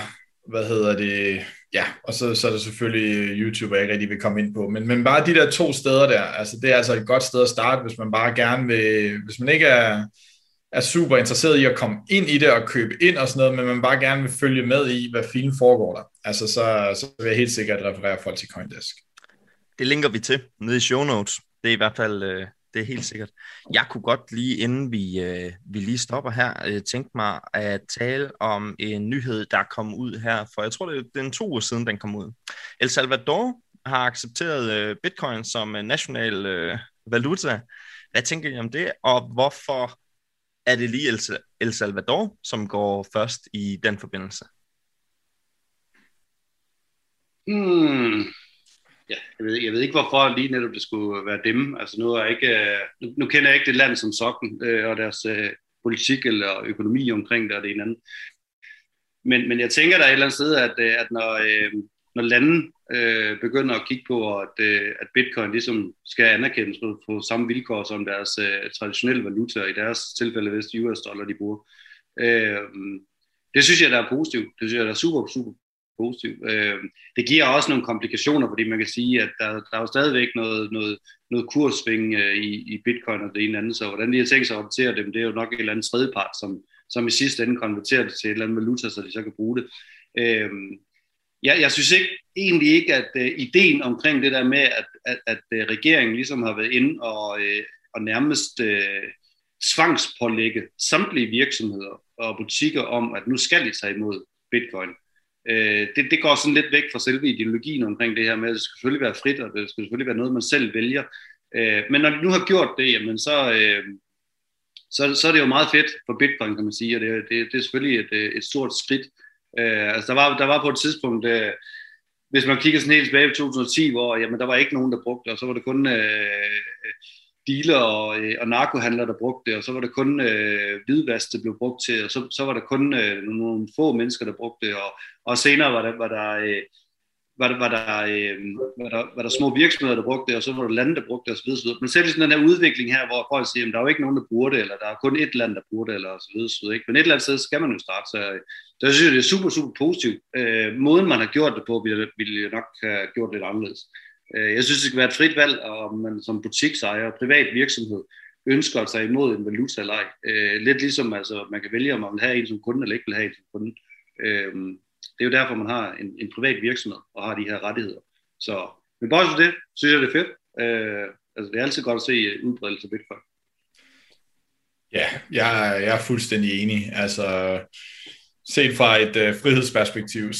og så er der selvfølgelig YouTube, jeg ikke rigtig vil komme ind på, men bare de der 2 steder der, altså det er altså et godt sted at starte, hvis man bare gerne vil, hvis man ikke er super interesseret i at komme ind i det og købe ind og sådan noget, men man bare gerne vil følge med i, hvad filen foregår der. Altså så vil jeg helt sikkert referere folk til CoinDesk. Det linker vi til nede i show notes. Det er i hvert fald, det er helt sikkert. Jeg kunne godt lige, inden vi lige stopper her, tænke mig at tale om en nyhed, der kom ud her, for jeg tror, det er 2 uger siden, den kom ud. El Salvador har accepteret Bitcoin som national valuta. Hvad tænker I om det, og hvorfor er det lige El Salvador, som går først i den forbindelse? Ja, jeg ved ikke, hvorfor lige netop det skulle være dem. Altså nu kender jeg ikke det land som sådan, og deres politik eller økonomi omkring det og det ene andet. Men jeg tænker der et eller andet sted, at når lande begynder at kigge på, at Bitcoin ligesom skal anerkendes på samme vilkår som deres traditionelle valuta, i deres tilfælde vist US dollar, de bruger. Det synes jeg, der er positivt. Det synes jeg, der er super, super positivt. Det giver også nogle komplikationer, fordi man kan sige, at der er jo stadigvæk noget kurssving i Bitcoin og det ene andet, så hvordan de har tænkt sig at håndtere dem, det er jo nok et eller andet tredjepart, som i sidste ende konverterer det til et eller andet valuta, så de så kan bruge det. Jeg synes egentlig ikke, at ideen omkring det der med, at regeringen ligesom har været inde og nærmest tvangspålægge samtlige virksomheder og butikker om, at nu skal de tage imod Bitcoin. Det går sådan lidt væk fra selve ideologien omkring det her med, at det skal selvfølgelig være frit, og det skal selvfølgelig være noget, man selv vælger. Men når de nu har gjort det, jamen så er det jo meget fedt for Bitcoin, kan man sige, og det er selvfølgelig et stort skridt. Altså der var på et tidspunkt, hvis man kigger sådan helt tilbage i 2010, hvor jamen, der var ikke nogen, der brugte det, og så var det kun dealer og narkohandlere, der brugte det, og så var det kun hvidvask, det blev brugt til, og så var der kun nogle få mennesker, der brugte det, og senere var der små virksomheder, der brugte det, og så var der lande, der brugte det, og så videre. Men selv sådan den her udvikling her, hvor folk siger, at der er jo ikke nogen, der bruger det, eller der er kun et land, der bruger det, eller så videre. Ikke? Men et eller andet sted skal man jo starte, så jeg synes, det er super, super positivt. Måden, man har gjort det på, ville jeg nok have gjort lidt anderledes. Jeg synes, det skal være et frit valg, og man som butiksejer og privat virksomhed ønsker sig imod en valuta eller ej. Lidt ligesom altså, man kan vælge, om man vil have en som kunde, eller ikke vil have en som kunde. Det er jo derfor, man har en privat virksomhed og har de her rettigheder. Så, men bare for det, synes jeg, det er fedt. Altså, det er altid godt at se udbredelse af Bitcoin. Ja, jeg er fuldstændig enig. Altså, set fra et frihedsperspektiv,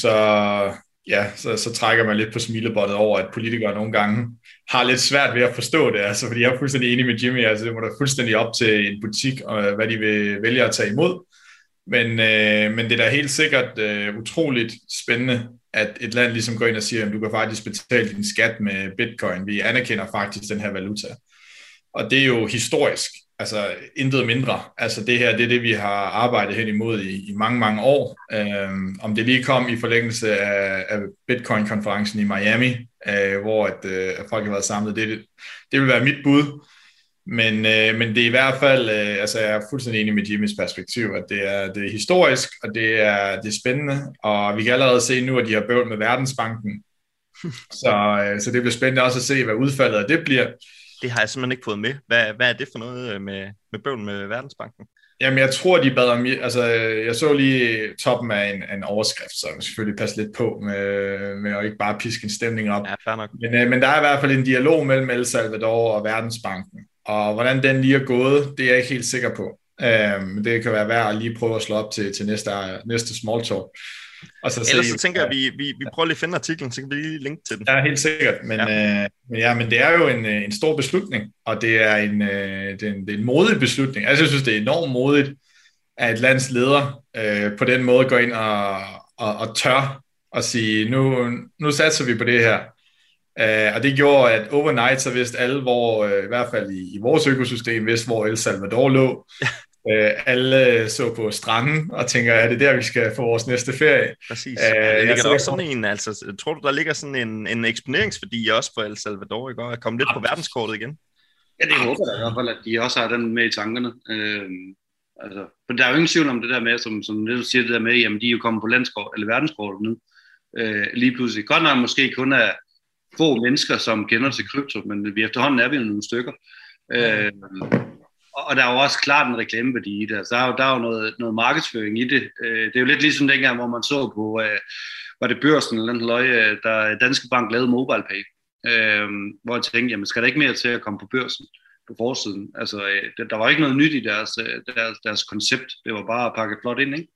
så trækker man lidt på smilebåndet over, at politikere nogle gange har lidt svært ved at forstå det. Altså, fordi jeg er fuldstændig enig med Jimmy. Altså, det må da fuldstændig op til en butik, og hvad de vil vælge at tage imod. Men det er da helt sikkert utroligt spændende, at et land ligesom går ind og siger, at du kan faktisk betale din skat med bitcoin. Vi anerkender faktisk den her valuta. Og det er jo historisk, altså intet mindre. Altså det her, det er det, vi har arbejdet hen imod i mange, mange år. Om det lige kom i forlængelse af Bitcoin-konferencen i Miami, hvor at folk har været samlet, det vil være mit bud. Men det er i hvert fald, altså jeg er fuldstændig enig med Jimmys perspektiv, at det er historisk, og det er spændende, og vi kan allerede se nu, at de har bøvl med Verdensbanken, så det bliver spændende også at se, hvad udfaldet af det bliver. Det har jeg simpelthen ikke fået med. Hvad er det for noget med bøvl med Verdensbanken? Jamen jeg tror, de bad om, altså jeg så lige toppen af en overskrift, så jeg selvfølgelig passe lidt på med at ikke bare piske en stemning op. Ja, fair nok. Men der er i hvert fald en dialog mellem El Salvador og Verdensbanken. Og hvordan den lige er gået, det er jeg ikke helt sikker på. Det kan være værd at lige prøve at slå op til næste small talk. Og Ellers så tænker jeg, at vi prøver lige at finde artiklen, så kan vi lige linke til den. Ja, helt sikkert. Men det er jo en stor beslutning, og det er en modig beslutning. Altså jeg synes, det er enormt modigt, at et lands leder på den måde går ind og tør at sige, nu satser vi på det her. Og det gjorde, at overnight så vidste alle, hvor i hvert fald i vores økosystem vidste, hvor El Salvador lå. Alle så på stranden og tænker, er det der, vi skal få vores næste ferie? Præcis. Ligger der også sådan en, altså, tror du, der ligger sådan en eksponeringsværdi også for El Salvador, ikke? At komme lidt på verdenskortet igen? Ja, det håber jeg i hvert fald, at de også har den med i tankerne. Altså, for der er jo ingen tvivl om det der med, som du siger, det der med, jamen de er jo kommet på verdenskortet nu. Lige pludselig. Godt nok måske kun er få mennesker, som kender til krypto, men vi efterhånden er vi jo nogle stykker. Og der er jo også klart en reklameværdi i det. Altså, der er jo noget markedsføring i det. Det er jo lidt ligesom dengang, hvor man så på, var det Børsen eller den løje, der Danske Bank lavede MobilePay. Hvor jeg tænkte, jamen skal der ikke mere til at komme på børsen på forsiden? Altså, der var ikke noget nyt i deres koncept. Det var bare at pakke flot ind, ikke?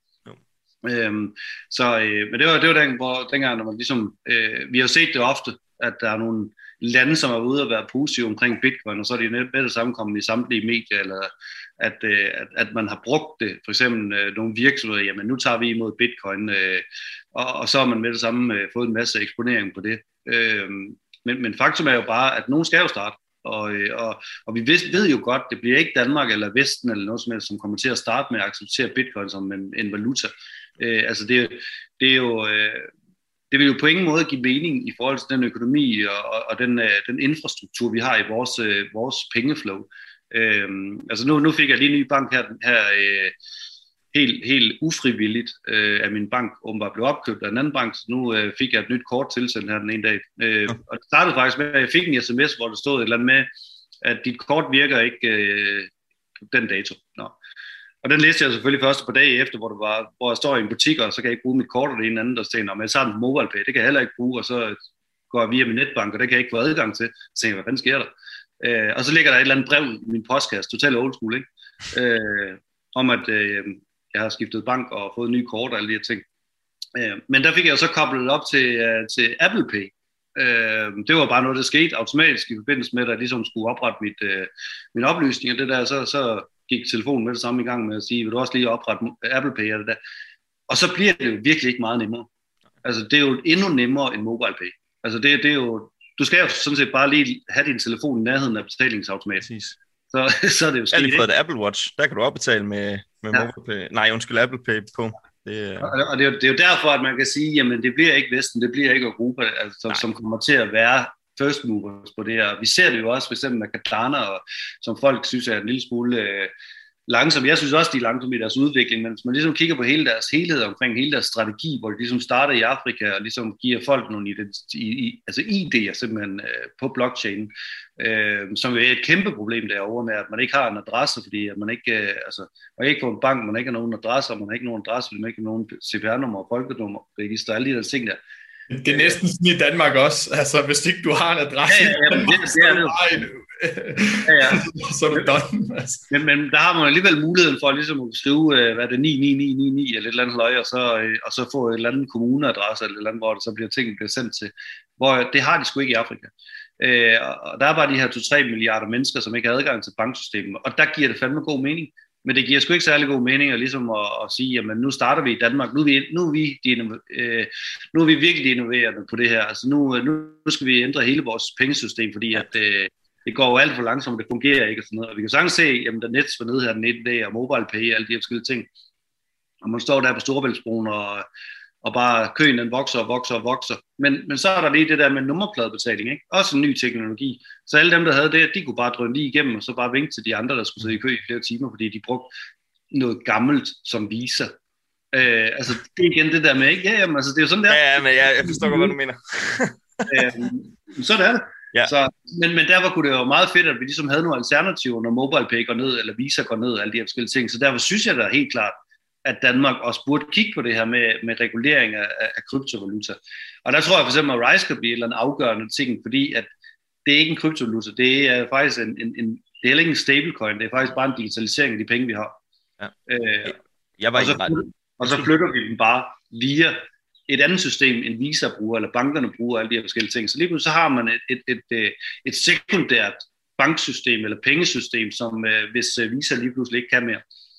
Men det var dengang, når man ligesom, vi har set det ofte, at der er nogle lande, som er ude at være positive omkring Bitcoin, og så er de med det samme kommet i samtlige medier, eller at man har brugt det, for eksempel nogle virksomheder, jamen nu tager vi imod Bitcoin, og så har man med det samme fået en masse eksponering på det. Men faktum er jo bare, at nogen skal jo starte, og vi ved jo godt, det bliver ikke Danmark eller Vesten eller noget som helst, som kommer til at starte med at acceptere Bitcoin som en valuta. Altså det er jo... Det vil jo på ingen måde give mening i forhold til den økonomi og den infrastruktur, vi har i vores pengeflow. Altså nu fik jeg lige en ny bank her helt ufrivilligt, at min bank åbenbart blev opkøbt af en anden bank, så nu fik jeg et nyt kort tilsendt her den ene dag. Og det startede faktisk med, at jeg fik en sms, hvor der stod et eller andet med, at dit kort virker ikke på den dato. Nå. Og den læste jeg selvfølgelig først på dag efter, hvor jeg står i en butik, og så kan jeg ikke bruge mit kort og det ene andet, der siger, men jeg tager den på MobilePay, det kan jeg heller ikke bruge, og så går jeg via min netbank, og det kan jeg ikke få adgang til. Så tænker jeg, hvad fanden sker der? Og så ligger der et eller andet brev i min postkasse, totalt old school, ikke? Om at jeg har skiftet bank og fået en ny kort og alle de her ting. Men der fik jeg så koblet op til Apple Pay. Det var bare noget, der skete automatisk i forbindelse med, at jeg ligesom skulle oprette mine oplysninger. Det der, så gik telefonen med det samme i gang med at sige, vil du også lige oprette Apple Pay eller det der. Og så bliver det jo virkelig ikke meget nemmere. Altså det er jo endnu nemmere end MobilePay. Altså det er jo, du skal jo sådan set bare lige have din telefon i nærheden af betalingsautomat. så er det jo Jeg sket. har lige fået et Apple Watch. Der kan du opbetale med MobilePay. Nej, undskyld, Apple Pay på. Og det er jo derfor, at man kan sige, jamen det bliver ikke Vesten, det bliver ikke Europa, altså, som kommer til at være first movers på det her. Vi ser det jo også for eksempel med Cardano, som folk synes er en lille smule langsomt. Jeg synes også, de er langsomme i deres udvikling, men hvis man ligesom kigger på hele deres helhed omkring hele deres strategi, hvor de ligesom starter i Afrika og ligesom giver folk nogle ID'er simpelthen på blockchain, som er et kæmpe problem derovre med, at man ikke har en adresse, fordi at man ikke, man ikke får en bank, man ikke har nogen adresse, man har ikke nogen adresse, fordi man ikke har nogen CPR-nummer og folkenummer, register, alle de der ting der. Det er næsten sådan i Danmark også, altså hvis ikke du har en adresse, så er du done. Altså. Men der har man alligevel muligheden for ligesom at skrive, hvad er det, 99999 eller et eller andet løg, og så få et eller andet kommuneadresse eller et eller andet, hvor det så bliver sendt til. Hvor det har de sgu ikke i Afrika. Og der er bare de her 2-3 milliarder mennesker, som ikke har adgang til banksystemet, og der giver det fandme god mening. Men det giver sgu ikke særlig god mening at, ligesom at sige, jamen nu starter vi i Danmark, nu er vi virkelig innoverende på det her. Altså nu skal vi ændre hele vores pengesystem, fordi at det går jo alt for langsomt, det fungerer ikke og sådan noget. Og vi kan sagtens se, jamen der Nets var nede her den 19 dag, og MobilePay og alle de her forskellige ting. Og man står der på Storebæltsbroen, og bare køen den vokser. Men så er der lige det der med nummerpladebetaling, ikke? Også en ny teknologi. Så alle dem, der havde det, de kunne bare drøne lige igennem, og så bare vinke til de andre, der skulle sidde i kø i flere timer, fordi de brugte noget gammelt som Visa. Altså, det er igen det der med, ikke? Ja, jamen, altså, det er jo sådan der. Ja, men jeg forstår godt, hvad du mener. Så er det. Ja. Så, men derfor kunne det jo meget fedt, at vi ligesom havde nogle alternativer, når MobilePay går ned, eller Visa går ned, alle de her forskellige ting. Så derfor synes jeg da helt klart, at Danmark også burde kigge på det her med regulering af kryptovaluta. Og der tror jeg for eksempel, at RISE kan blive en eller anden afgørende ting, fordi at det er ikke en kryptovaluta, det er faktisk det er heller ikke en stablecoin, det er faktisk bare en digitalisering af de penge, vi har. Ja. Og så flytter vi dem bare via et andet system, en Visa bruger, eller bankerne bruger, alle de her forskellige ting. Så lige pludselig så har man et sekundært banksystem, eller pengesystem, som hvis Visa lige pludselig ikke kan mere,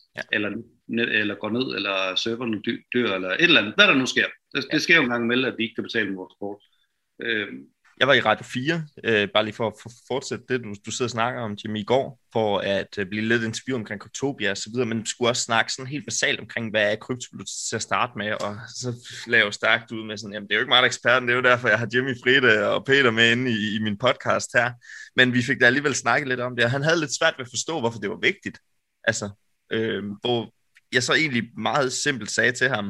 eller går ned, eller serverne dør, eller et eller andet, hvad der nu sker. Det sker jo en gang imellem, at vi ikke kan betale med vores kort. Jeg var i Radio 4, bare lige for at fortsætte det, du sidder og snakker om, Jimmy, i går, for at blive lidt interview omkring Cryptopia og så videre, men du skulle også snakke sådan helt basalt omkring, hvad er kryptovaluta til at starte med, og så lagde jeg jo stærkt ud med sådan, jamen det er jo ikke meget eksperten, det er jo derfor, jeg har Jimmy Fride og Peter med inde i min podcast her, men vi fik da alligevel snakket lidt om det, og han havde lidt svært ved at forstå, hvorfor det var vigtigt, altså, hvor jeg så egentlig meget simpelt sagde til ham,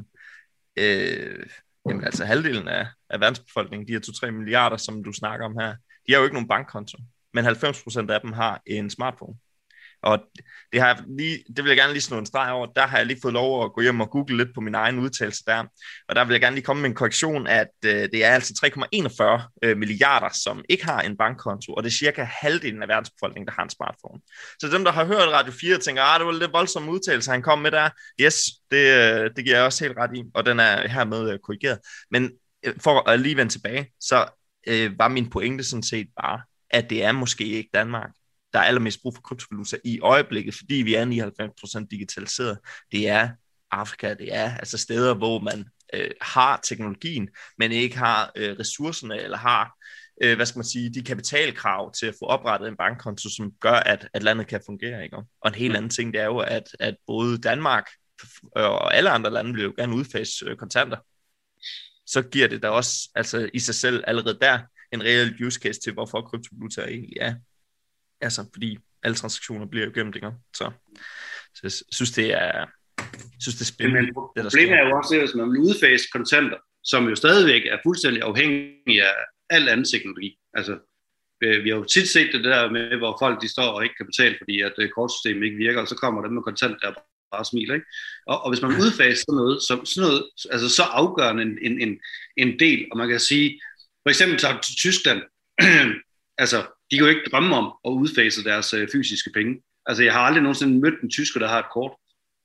jamen altså halvdelen af verdensbefolkningen, de her 2-3 milliarder, som du snakker om her, de har jo ikke nogen bankkonto, men 90% af dem har en smartphone. Og det vil jeg gerne lige slå en streg over. Der har jeg lige fået lov at gå hjem og google lidt på min egen udtalelse der. Og der vil jeg gerne lige komme med en korrektion, at det er altså 3,41 milliarder, som ikke har en bankkonto, og det er cirka halvdelen af verdensbefolkningen, der har en smartphone. Så dem, der har hørt Radio 4, tænker, det var lidt voldsom udtalelse, han kom med der. Yes, det giver jeg også helt ret i, og den er hermed korrigeret. Men for at lige vende tilbage, så var min pointe sådan set bare, at det er måske ikke Danmark, der er allermest brug for kryptovaluta i øjeblikket, fordi vi er 99% digitaliseret. Det er Afrika, det er altså steder, hvor man har teknologien, men ikke har ressourcerne, eller har, de kapitalkrav til at få oprettet en bankkonto, som gør, at landet kan fungere. Ikke? Og en helt anden ting, det er jo, at både Danmark og alle andre lande vil jo gerne udfase kontanter. Så giver det da også altså i sig selv allerede der en reel use case til, hvorfor kryptovaluta egentlig er. Altså, fordi alle transaktioner bliver jo gennem ikke? Så jeg synes, det er spændende. Men problemet er jo også, at hvis man vil udfase kontanter, som jo stadigvæk er fuldstændig afhængige af al anden teknologi. Altså, vi har jo tit set det der med, hvor folk de står og ikke kan betale, fordi at kortsystemet ikke virker, og så kommer dem med kontant, der bare smiler. Ikke? Og hvis man udfaser sådan noget, altså så afgørende en del, og man kan sige, for eksempel til Tyskland, altså, de kan jo ikke drømme om at udfase deres fysiske penge. Altså, jeg har aldrig nogensinde mødt en tysker, der har et kort.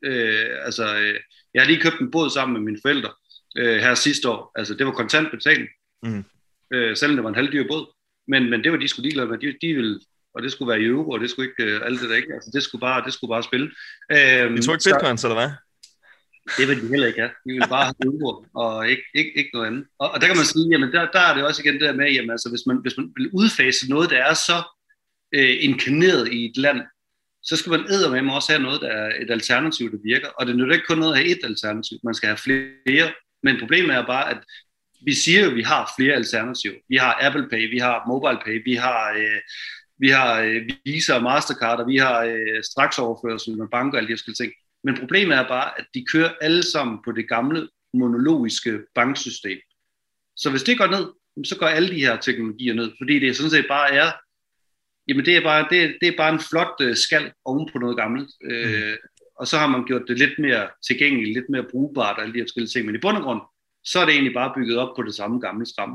Jeg har lige købt en båd sammen med mine forældre her sidste år. Altså, det var kontant betaling. Selvom det var en halvdyr båd. Men det var de skulle ligeglade med. De ville, og det skulle være i euro, og det skulle ikke alt det der ikke. Altså, det skulle bare spille. De tog ikke bitcoins, eller hvad? Det vil de heller ikke have. De vil bare have euro, og ikke noget andet. Og der kan man sige, jamen der er det også igen det der med, jamen altså, hvis man vil udfase noget, der er så inkarneret i et land, så skal man eddermame også have noget, der er et alternativ, der virker. Og det nytter ikke kun noget at have et alternativ, man skal have flere. Men problemet er bare, at vi siger jo, at vi har flere alternativer. Vi har Apple Pay, vi har Mobile Pay, vi har Visa og Mastercard, og vi har straksoverførsel med banker og alle de forskellige ting. Men problemet er bare, at de kører alle sammen på det gamle monologiske banksystem. Så hvis det går ned, så går alle de her teknologier ned, fordi det sådan set bare er, jamen det er bare en flot skal oven på noget gammelt. Og så har man gjort det lidt mere tilgængeligt, lidt mere brugbart og alle de her forskellige ting. Men i bund og grund, så er det egentlig bare bygget op på det samme gamle skram.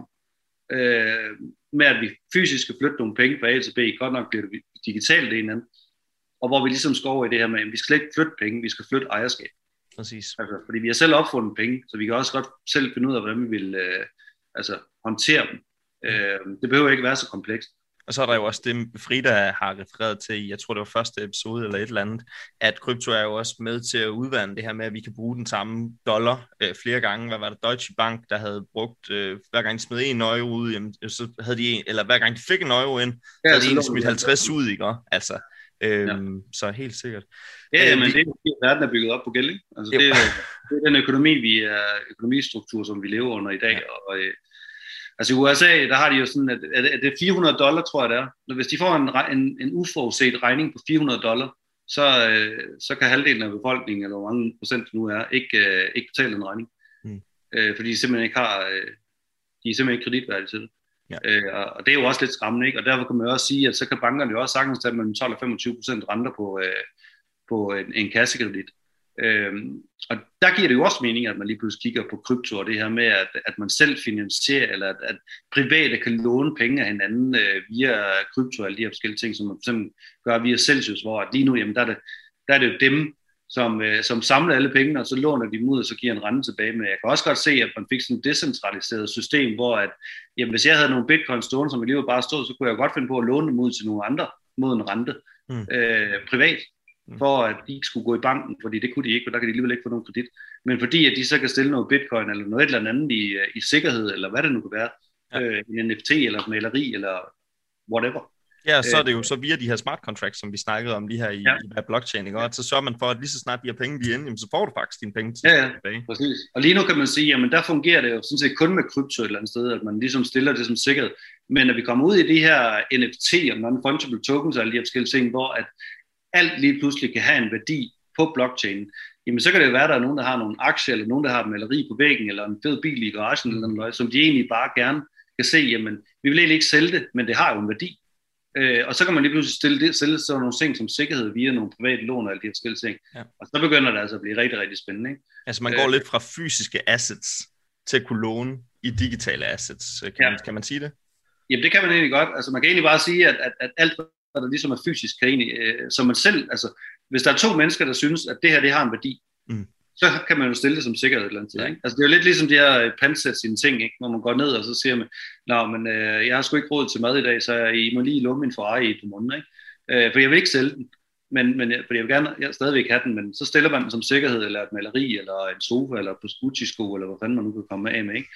Med at vi fysisk skal flytte nogle penge fra A til B, godt nok bliver det digitalt det ene andet. Og hvor vi ligesom skal over i det her med, at vi skal ikke flytte penge, vi skal flytte ejerskab. Præcis. Altså, fordi vi har selv opfundet penge, så vi kan også godt selv finde ud af, hvordan vi vil håndtere dem. Det behøver ikke være så komplekst. Og så er der jo også det, Frida har refereret til i, jeg tror det var første episode eller et eller andet, at krypto er jo også med til at udvande det her med, at vi kan bruge den samme dollar flere gange. Hvad var det? Deutsche Bank, der havde brugt, hver gang de smed 1 euro ud, jamen, så havde de eller hver gang de fik 1 euro ind, så havde de egentlig smidt 50 ud, ikke? Altså, så helt sikkert. Ja, men det er verden er bygget op på gæld, ikke? Altså, det er den økonomistruktur, som vi lever under i dag, og altså i USA, der har de jo sådan, at det er $400, tror jeg det er. Hvis de får en uforudset regning på $400, så kan halvdelen af befolkningen, eller hvor mange procent nu er, ikke betale den regning. Fordi de simpelthen ikke kreditværdige til det. Ja. Og det er jo også lidt skræmmende, ikke? Og derfor kan man også sige, at så kan bankerne jo også sagtens tage mellem 12 og 25% renter på en kassekredit. Og der giver det jo også mening, at man lige pludselig kigger på krypto og det her med, at man selv finansierer, eller at private kan låne penge af hinanden via krypto og alle de her forskellige ting, som man for eksempel gør via Celsius, hvor at lige nu, jamen, der er det jo dem, som samler alle pengene, og så låner de dem ud, og så giver en rente tilbage. Men jeg kan også godt se, at man fik sådan et decentraliseret system, hvor at, jamen, hvis jeg havde nogle bitcoin stående, som alligevel bare stod, så kunne jeg godt finde på at låne dem ud til nogle andre mod en rente privat, for at de ikke skulle gå i banken, fordi det kunne de ikke, og der kan de alligevel ikke få nogen kredit. Men fordi at de så kan stille noget bitcoin, eller noget et eller andet i sikkerhed, eller hvad det nu kan være, en NFT, eller et maleri, eller whatever. Ja, så er det jo så via de her smart contracts, som vi snakkede om lige her i blockchain, ikke? Og så sørger man for, at lige så snart de her penge de er inde, jamen, så får du faktisk dine penge tilbage. Præcis. Og lige nu kan man sige, jamen der fungerer det jo sådan set kun med krypto et eller andet sted, at man ligesom stiller det som sikkerhed. Men når vi kommer ud i de her NFT, og non-fungible tokens, og alle de her forskellige ting, hvor at alt lige pludselig kan have en værdi på blockchain, jamen så kan det jo være, at der er nogen, der har nogle aktier, eller nogen, der har et maleri på væggen, eller en fed bil i garagen, eller noget, som de egentlig bare gerne kan se, jamen vi vil egentlig ikke sælge det, men det har jo en værdi. Og så kan man lige pludselig sælge sådan nogle ting som sikkerhed via nogle private lån og alle de her forskellige ting. Ja. Og så begynder det altså at blive rigtig, rigtig spændende. Ikke? Altså man går lidt fra fysiske assets til at kunne låne i digitale assets. Kan man sige det? Jamen det kan man egentlig godt. Altså man kan egentlig bare sige, at alt, hvad der ligesom er fysisk, kan egentlig, som man selv, altså hvis der er 2 mennesker, der synes, at det her, det har en værdi, så kan man jo stille det som sikkerhed et eller andet tid. Ikke? Altså det er jo lidt ligesom de her pantsæt sine ting, ikke? Hvor man går ned og så siger man, men jeg har sgu ikke råd til mad i dag, så I må lige låne min Ferrari i 2 måneder. Ikke? For jeg vil ikke sælge den, fordi jeg vil gerne stadigvæk have den, men så stiller man den som sikkerhed, eller et maleri, eller en sofa, eller på Gucci-sko, eller hvad fanden man nu kan komme af med. Ikke?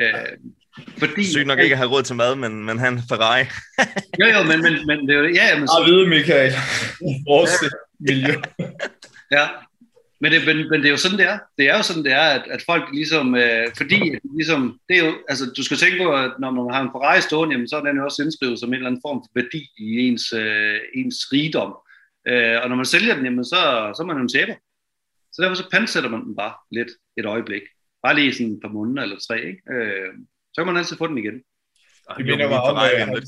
Fordi sygt nok ikke at have råd til mad, men han Ferrari. jo, men det er jo... Ja, men så vide, Michael. Vores miljø. Ja. Men det er jo sådan, det er. Det er jo sådan, det er, at folk ligesom, fordi ligesom, det er jo, altså du skal tænke på, at når man har en Ferrari stående, jamen, så er den jo også indskrevet som en eller anden form for værdi i ens rigdom. Og når man sælger den, jamen, så er man jo en taber. Så derfor så pantsætter man den bare lidt et øjeblik. Bare lige sådan et par måneder eller 3, ikke? Så kan man altid få den igen. Det minder mig om,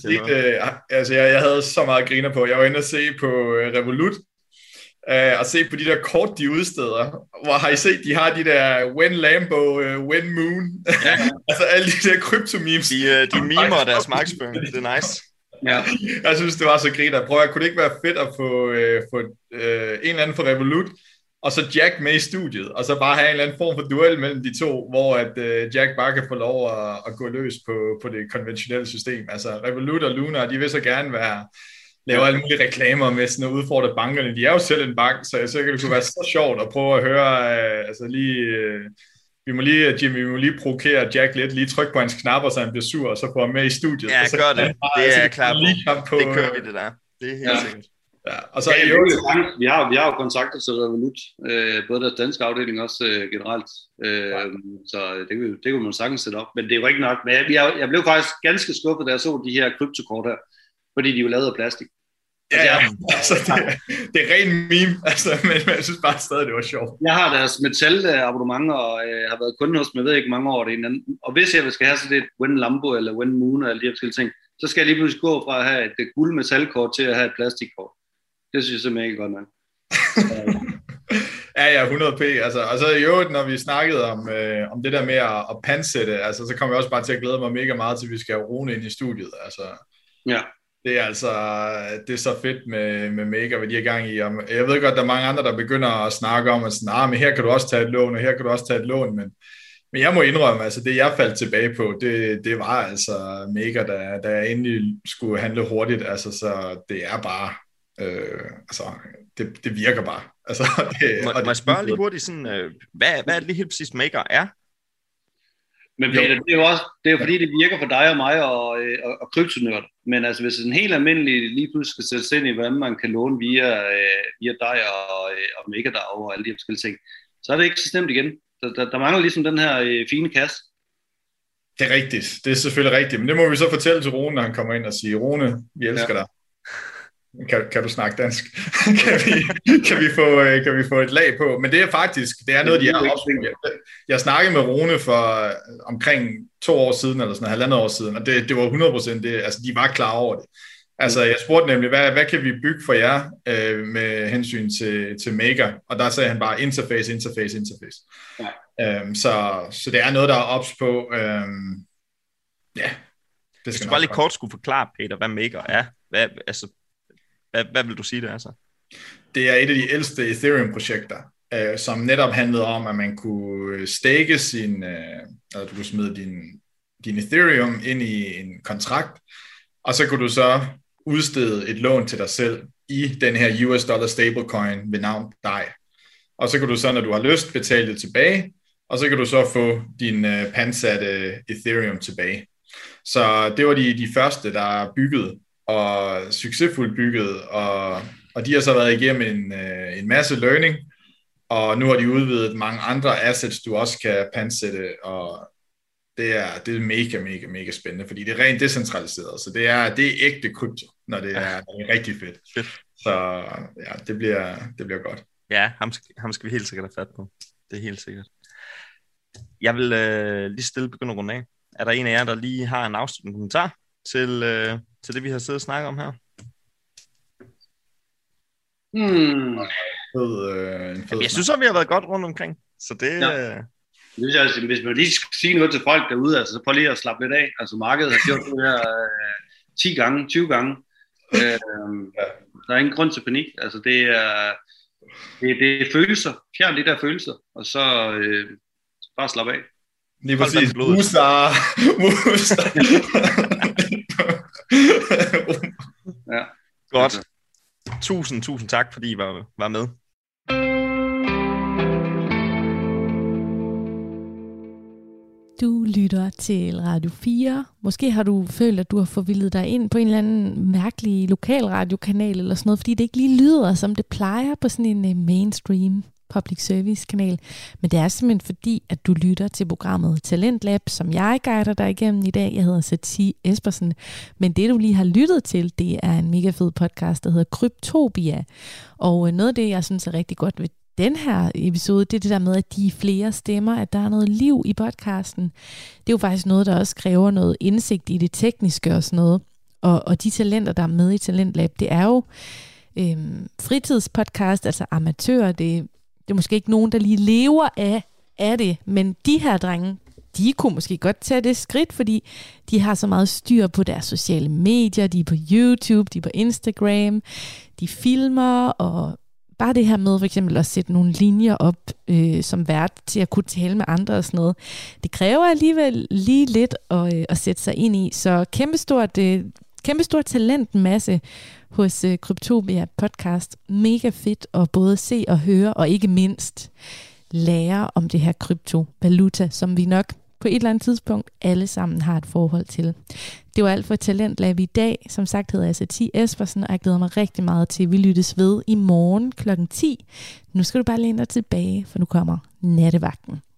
jeg havde så meget griner på. Jeg var inde og se på Revolut, og se på de der kort, de udsteder. Hvor har I set, de har de der When Lambo, When Moon. Ja. Altså alle de der kryptomemes. De mimer deres markedsføring. Det er nice. Ja. Jeg synes, det var så griner. Prøv at kunne det ikke være fedt at få en eller anden fra Revolut, og så Jack med i studiet, og så bare have en eller anden form for duel mellem de to, hvor at Jack bare kan få lov at gå løs på det konventionelle system. Altså Revolut og Luna, de vil så gerne lave alle mulige reklamer med sådan at udfordre bankerne. De er jo selv en bank, så kan det kunne være så sjovt at prøve at høre, vi må lige provokere Jack lidt, lige trykke på hans knapper, så han bliver sur, og så få ham med i studiet. Ja, så gør det. Det er klart. Det kører vi det der. Det er helt sikkert. Ja, og så vi har jo kontakter til Revolut, både deres danske afdeling også generelt, så det kunne man sagtens sætte op, men det er jo ikke nok. Men jeg blev faktisk ganske skuffet, da jeg så de her kryptokort her, fordi de er jo lavet af plastik. Ja, altså det er ren meme, altså, men jeg synes bare stadig, det var sjovt. Jeg har deres metal-abonnement, og har været kunde hos dem, jeg ved ikke mange år det en anden. Og hvis jeg skal have sådan et Win Lambo eller Win Moon og alle de her forskellige ting, så skal jeg lige pludselig gå fra at have et guld metalkort til at have et plastikkort. Det synes jeg simpelthen ikke godt nok. Ja, 100p. Altså, og så i øvrigt, når vi snakkede om det der med at pantsætte, altså, så kommer jeg også bare til at glæde mig mega meget til, at vi skal have Rune ind i studiet. Altså, ja. Det er så fedt med Mega, hvad de er i gang i. Jeg ved godt, der er mange andre, der begynder at snakke om, at sådan, men her kan du også tage et lån, og her kan du også tage et lån, men jeg må indrømme, altså det jeg faldt tilbage på, det var altså Mega, da jeg endelig skulle handle hurtigt, altså så det er bare, altså det virker bare. Altså, må jeg spørge lige hurtigt, sådan, hvad er det lige helt præcis Mega er? Men Peter, det er jo fordi, det virker for dig og mig og kryptonørder. Men altså, hvis en helt almindelig lige pludselig skal sætte sig ind i, hvordan man kan låne via dig og Mega og alle de forskellige ting, så er det ikke så stemt igen. Der mangler ligesom den her fine kasse. Det er rigtigt. Det er selvfølgelig rigtigt. Men det må vi så fortælle til Rune, når han kommer ind og siger, Rune, vi elsker dig. Kan du snakke dansk? kan vi få et lag på? Men det er faktisk, det er noget, de er opsving. Jeg snakkede med Rune for omkring 2 år siden, eller sådan 1,5 år siden, og det var 100% det, altså de var klar over det. Altså jeg spurgte nemlig, hvad kan vi bygge for jer med hensyn til Mega? Og der sagde han bare interface. Ja. Så det er noget, der er ops på. Ja. Hvis du bare lige kort skulle forklare, Peter, hvad Mega er. Hvad vil du sige det er så? Det er et af de ældste Ethereum-projekter, som netop handlede om, at man kunne stake eller du kunne smide din Ethereum ind i en kontrakt, og så kunne du så udstede et lån til dig selv i den her US dollar stablecoin ved navn DAI. Og så kan du så, når du har lyst, betale det tilbage, og så kan du så få din pantsatte Ethereum tilbage. Så det var de første, der er bygget, og succesfuldt bygget, og de har så været igennem en masse learning, og nu har de udvidet mange andre assets, du også kan pantsætte, og det er mega spændende, fordi det er rent decentraliseret, så det er ægte krypto, når det er rigtig fedt. Så ja, det bliver godt. Ja, ham skal vi helt sikkert have fat på. Det er helt sikkert. Jeg vil lige stille begynde at runde af. Er der en af jer, der lige har en afsluttende kommentar til det, vi har siddet og snakket om her? Jeg synes også, vi har været godt rundt omkring. Så det... Ja. Hvis man lige skal sige noget til folk derude, altså, så prøv lige at slappe lidt af. Altså markedet har gjort det her 10 gange, 20 gange. Der er ingen grund til panik. Altså det er følelser. Fjern de der følelser, og så bare slappe af. Lige præcis. Musa. Ja. Godt. Tusind tak, fordi I var med. Du lytter til Radio 4. Måske har du følt, at du har forvildet dig ind på en eller anden mærkelig lokalradiokanal eller sådan noget, fordi det ikke lige lyder, som det plejer på sådan en mainstream public service kanal. Men det er simpelthen fordi, at du lytter til programmet Talent Lab, som jeg guider dig igennem i dag. Jeg hedder Satie Espersen. Men det, du lige har lyttet til, det er en mega fed podcast, der hedder Kryptopia. Og noget af det, jeg synes er rigtig godt ved den her episode, det er det der med, at de er flere stemmer, at der er noget liv i podcasten. Det er jo faktisk noget, der også kræver noget indsigt i det tekniske og sådan noget. Og de talenter, der er med i Talent Lab, det er jo fritidspodcast, altså amatører. Det er måske ikke nogen, der lige lever af det, men de her drenge, de kunne måske godt tage det skridt, fordi de har så meget styr på deres sociale medier, de er på YouTube, de er på Instagram, de filmer, og bare det her med for eksempel at sætte nogle linjer op som vært til at kunne tale med andre og sådan noget, det kræver alligevel lige lidt at sætte sig ind i, så kæmpestort talentmasse hos Kryptopia podcast. Mega fedt at både se og høre, og ikke mindst lære om det her kryptovaluta, som vi nok på et eller andet tidspunkt alle sammen har et forhold til. Det var alt for Talentlab i dag. Som sagt hedder jeg Satie Espersen, og jeg glæder mig rigtig meget til, at vi lyttes ved i morgen kl. 10. Nu skal du bare læne dig tilbage, for nu kommer nattevagten.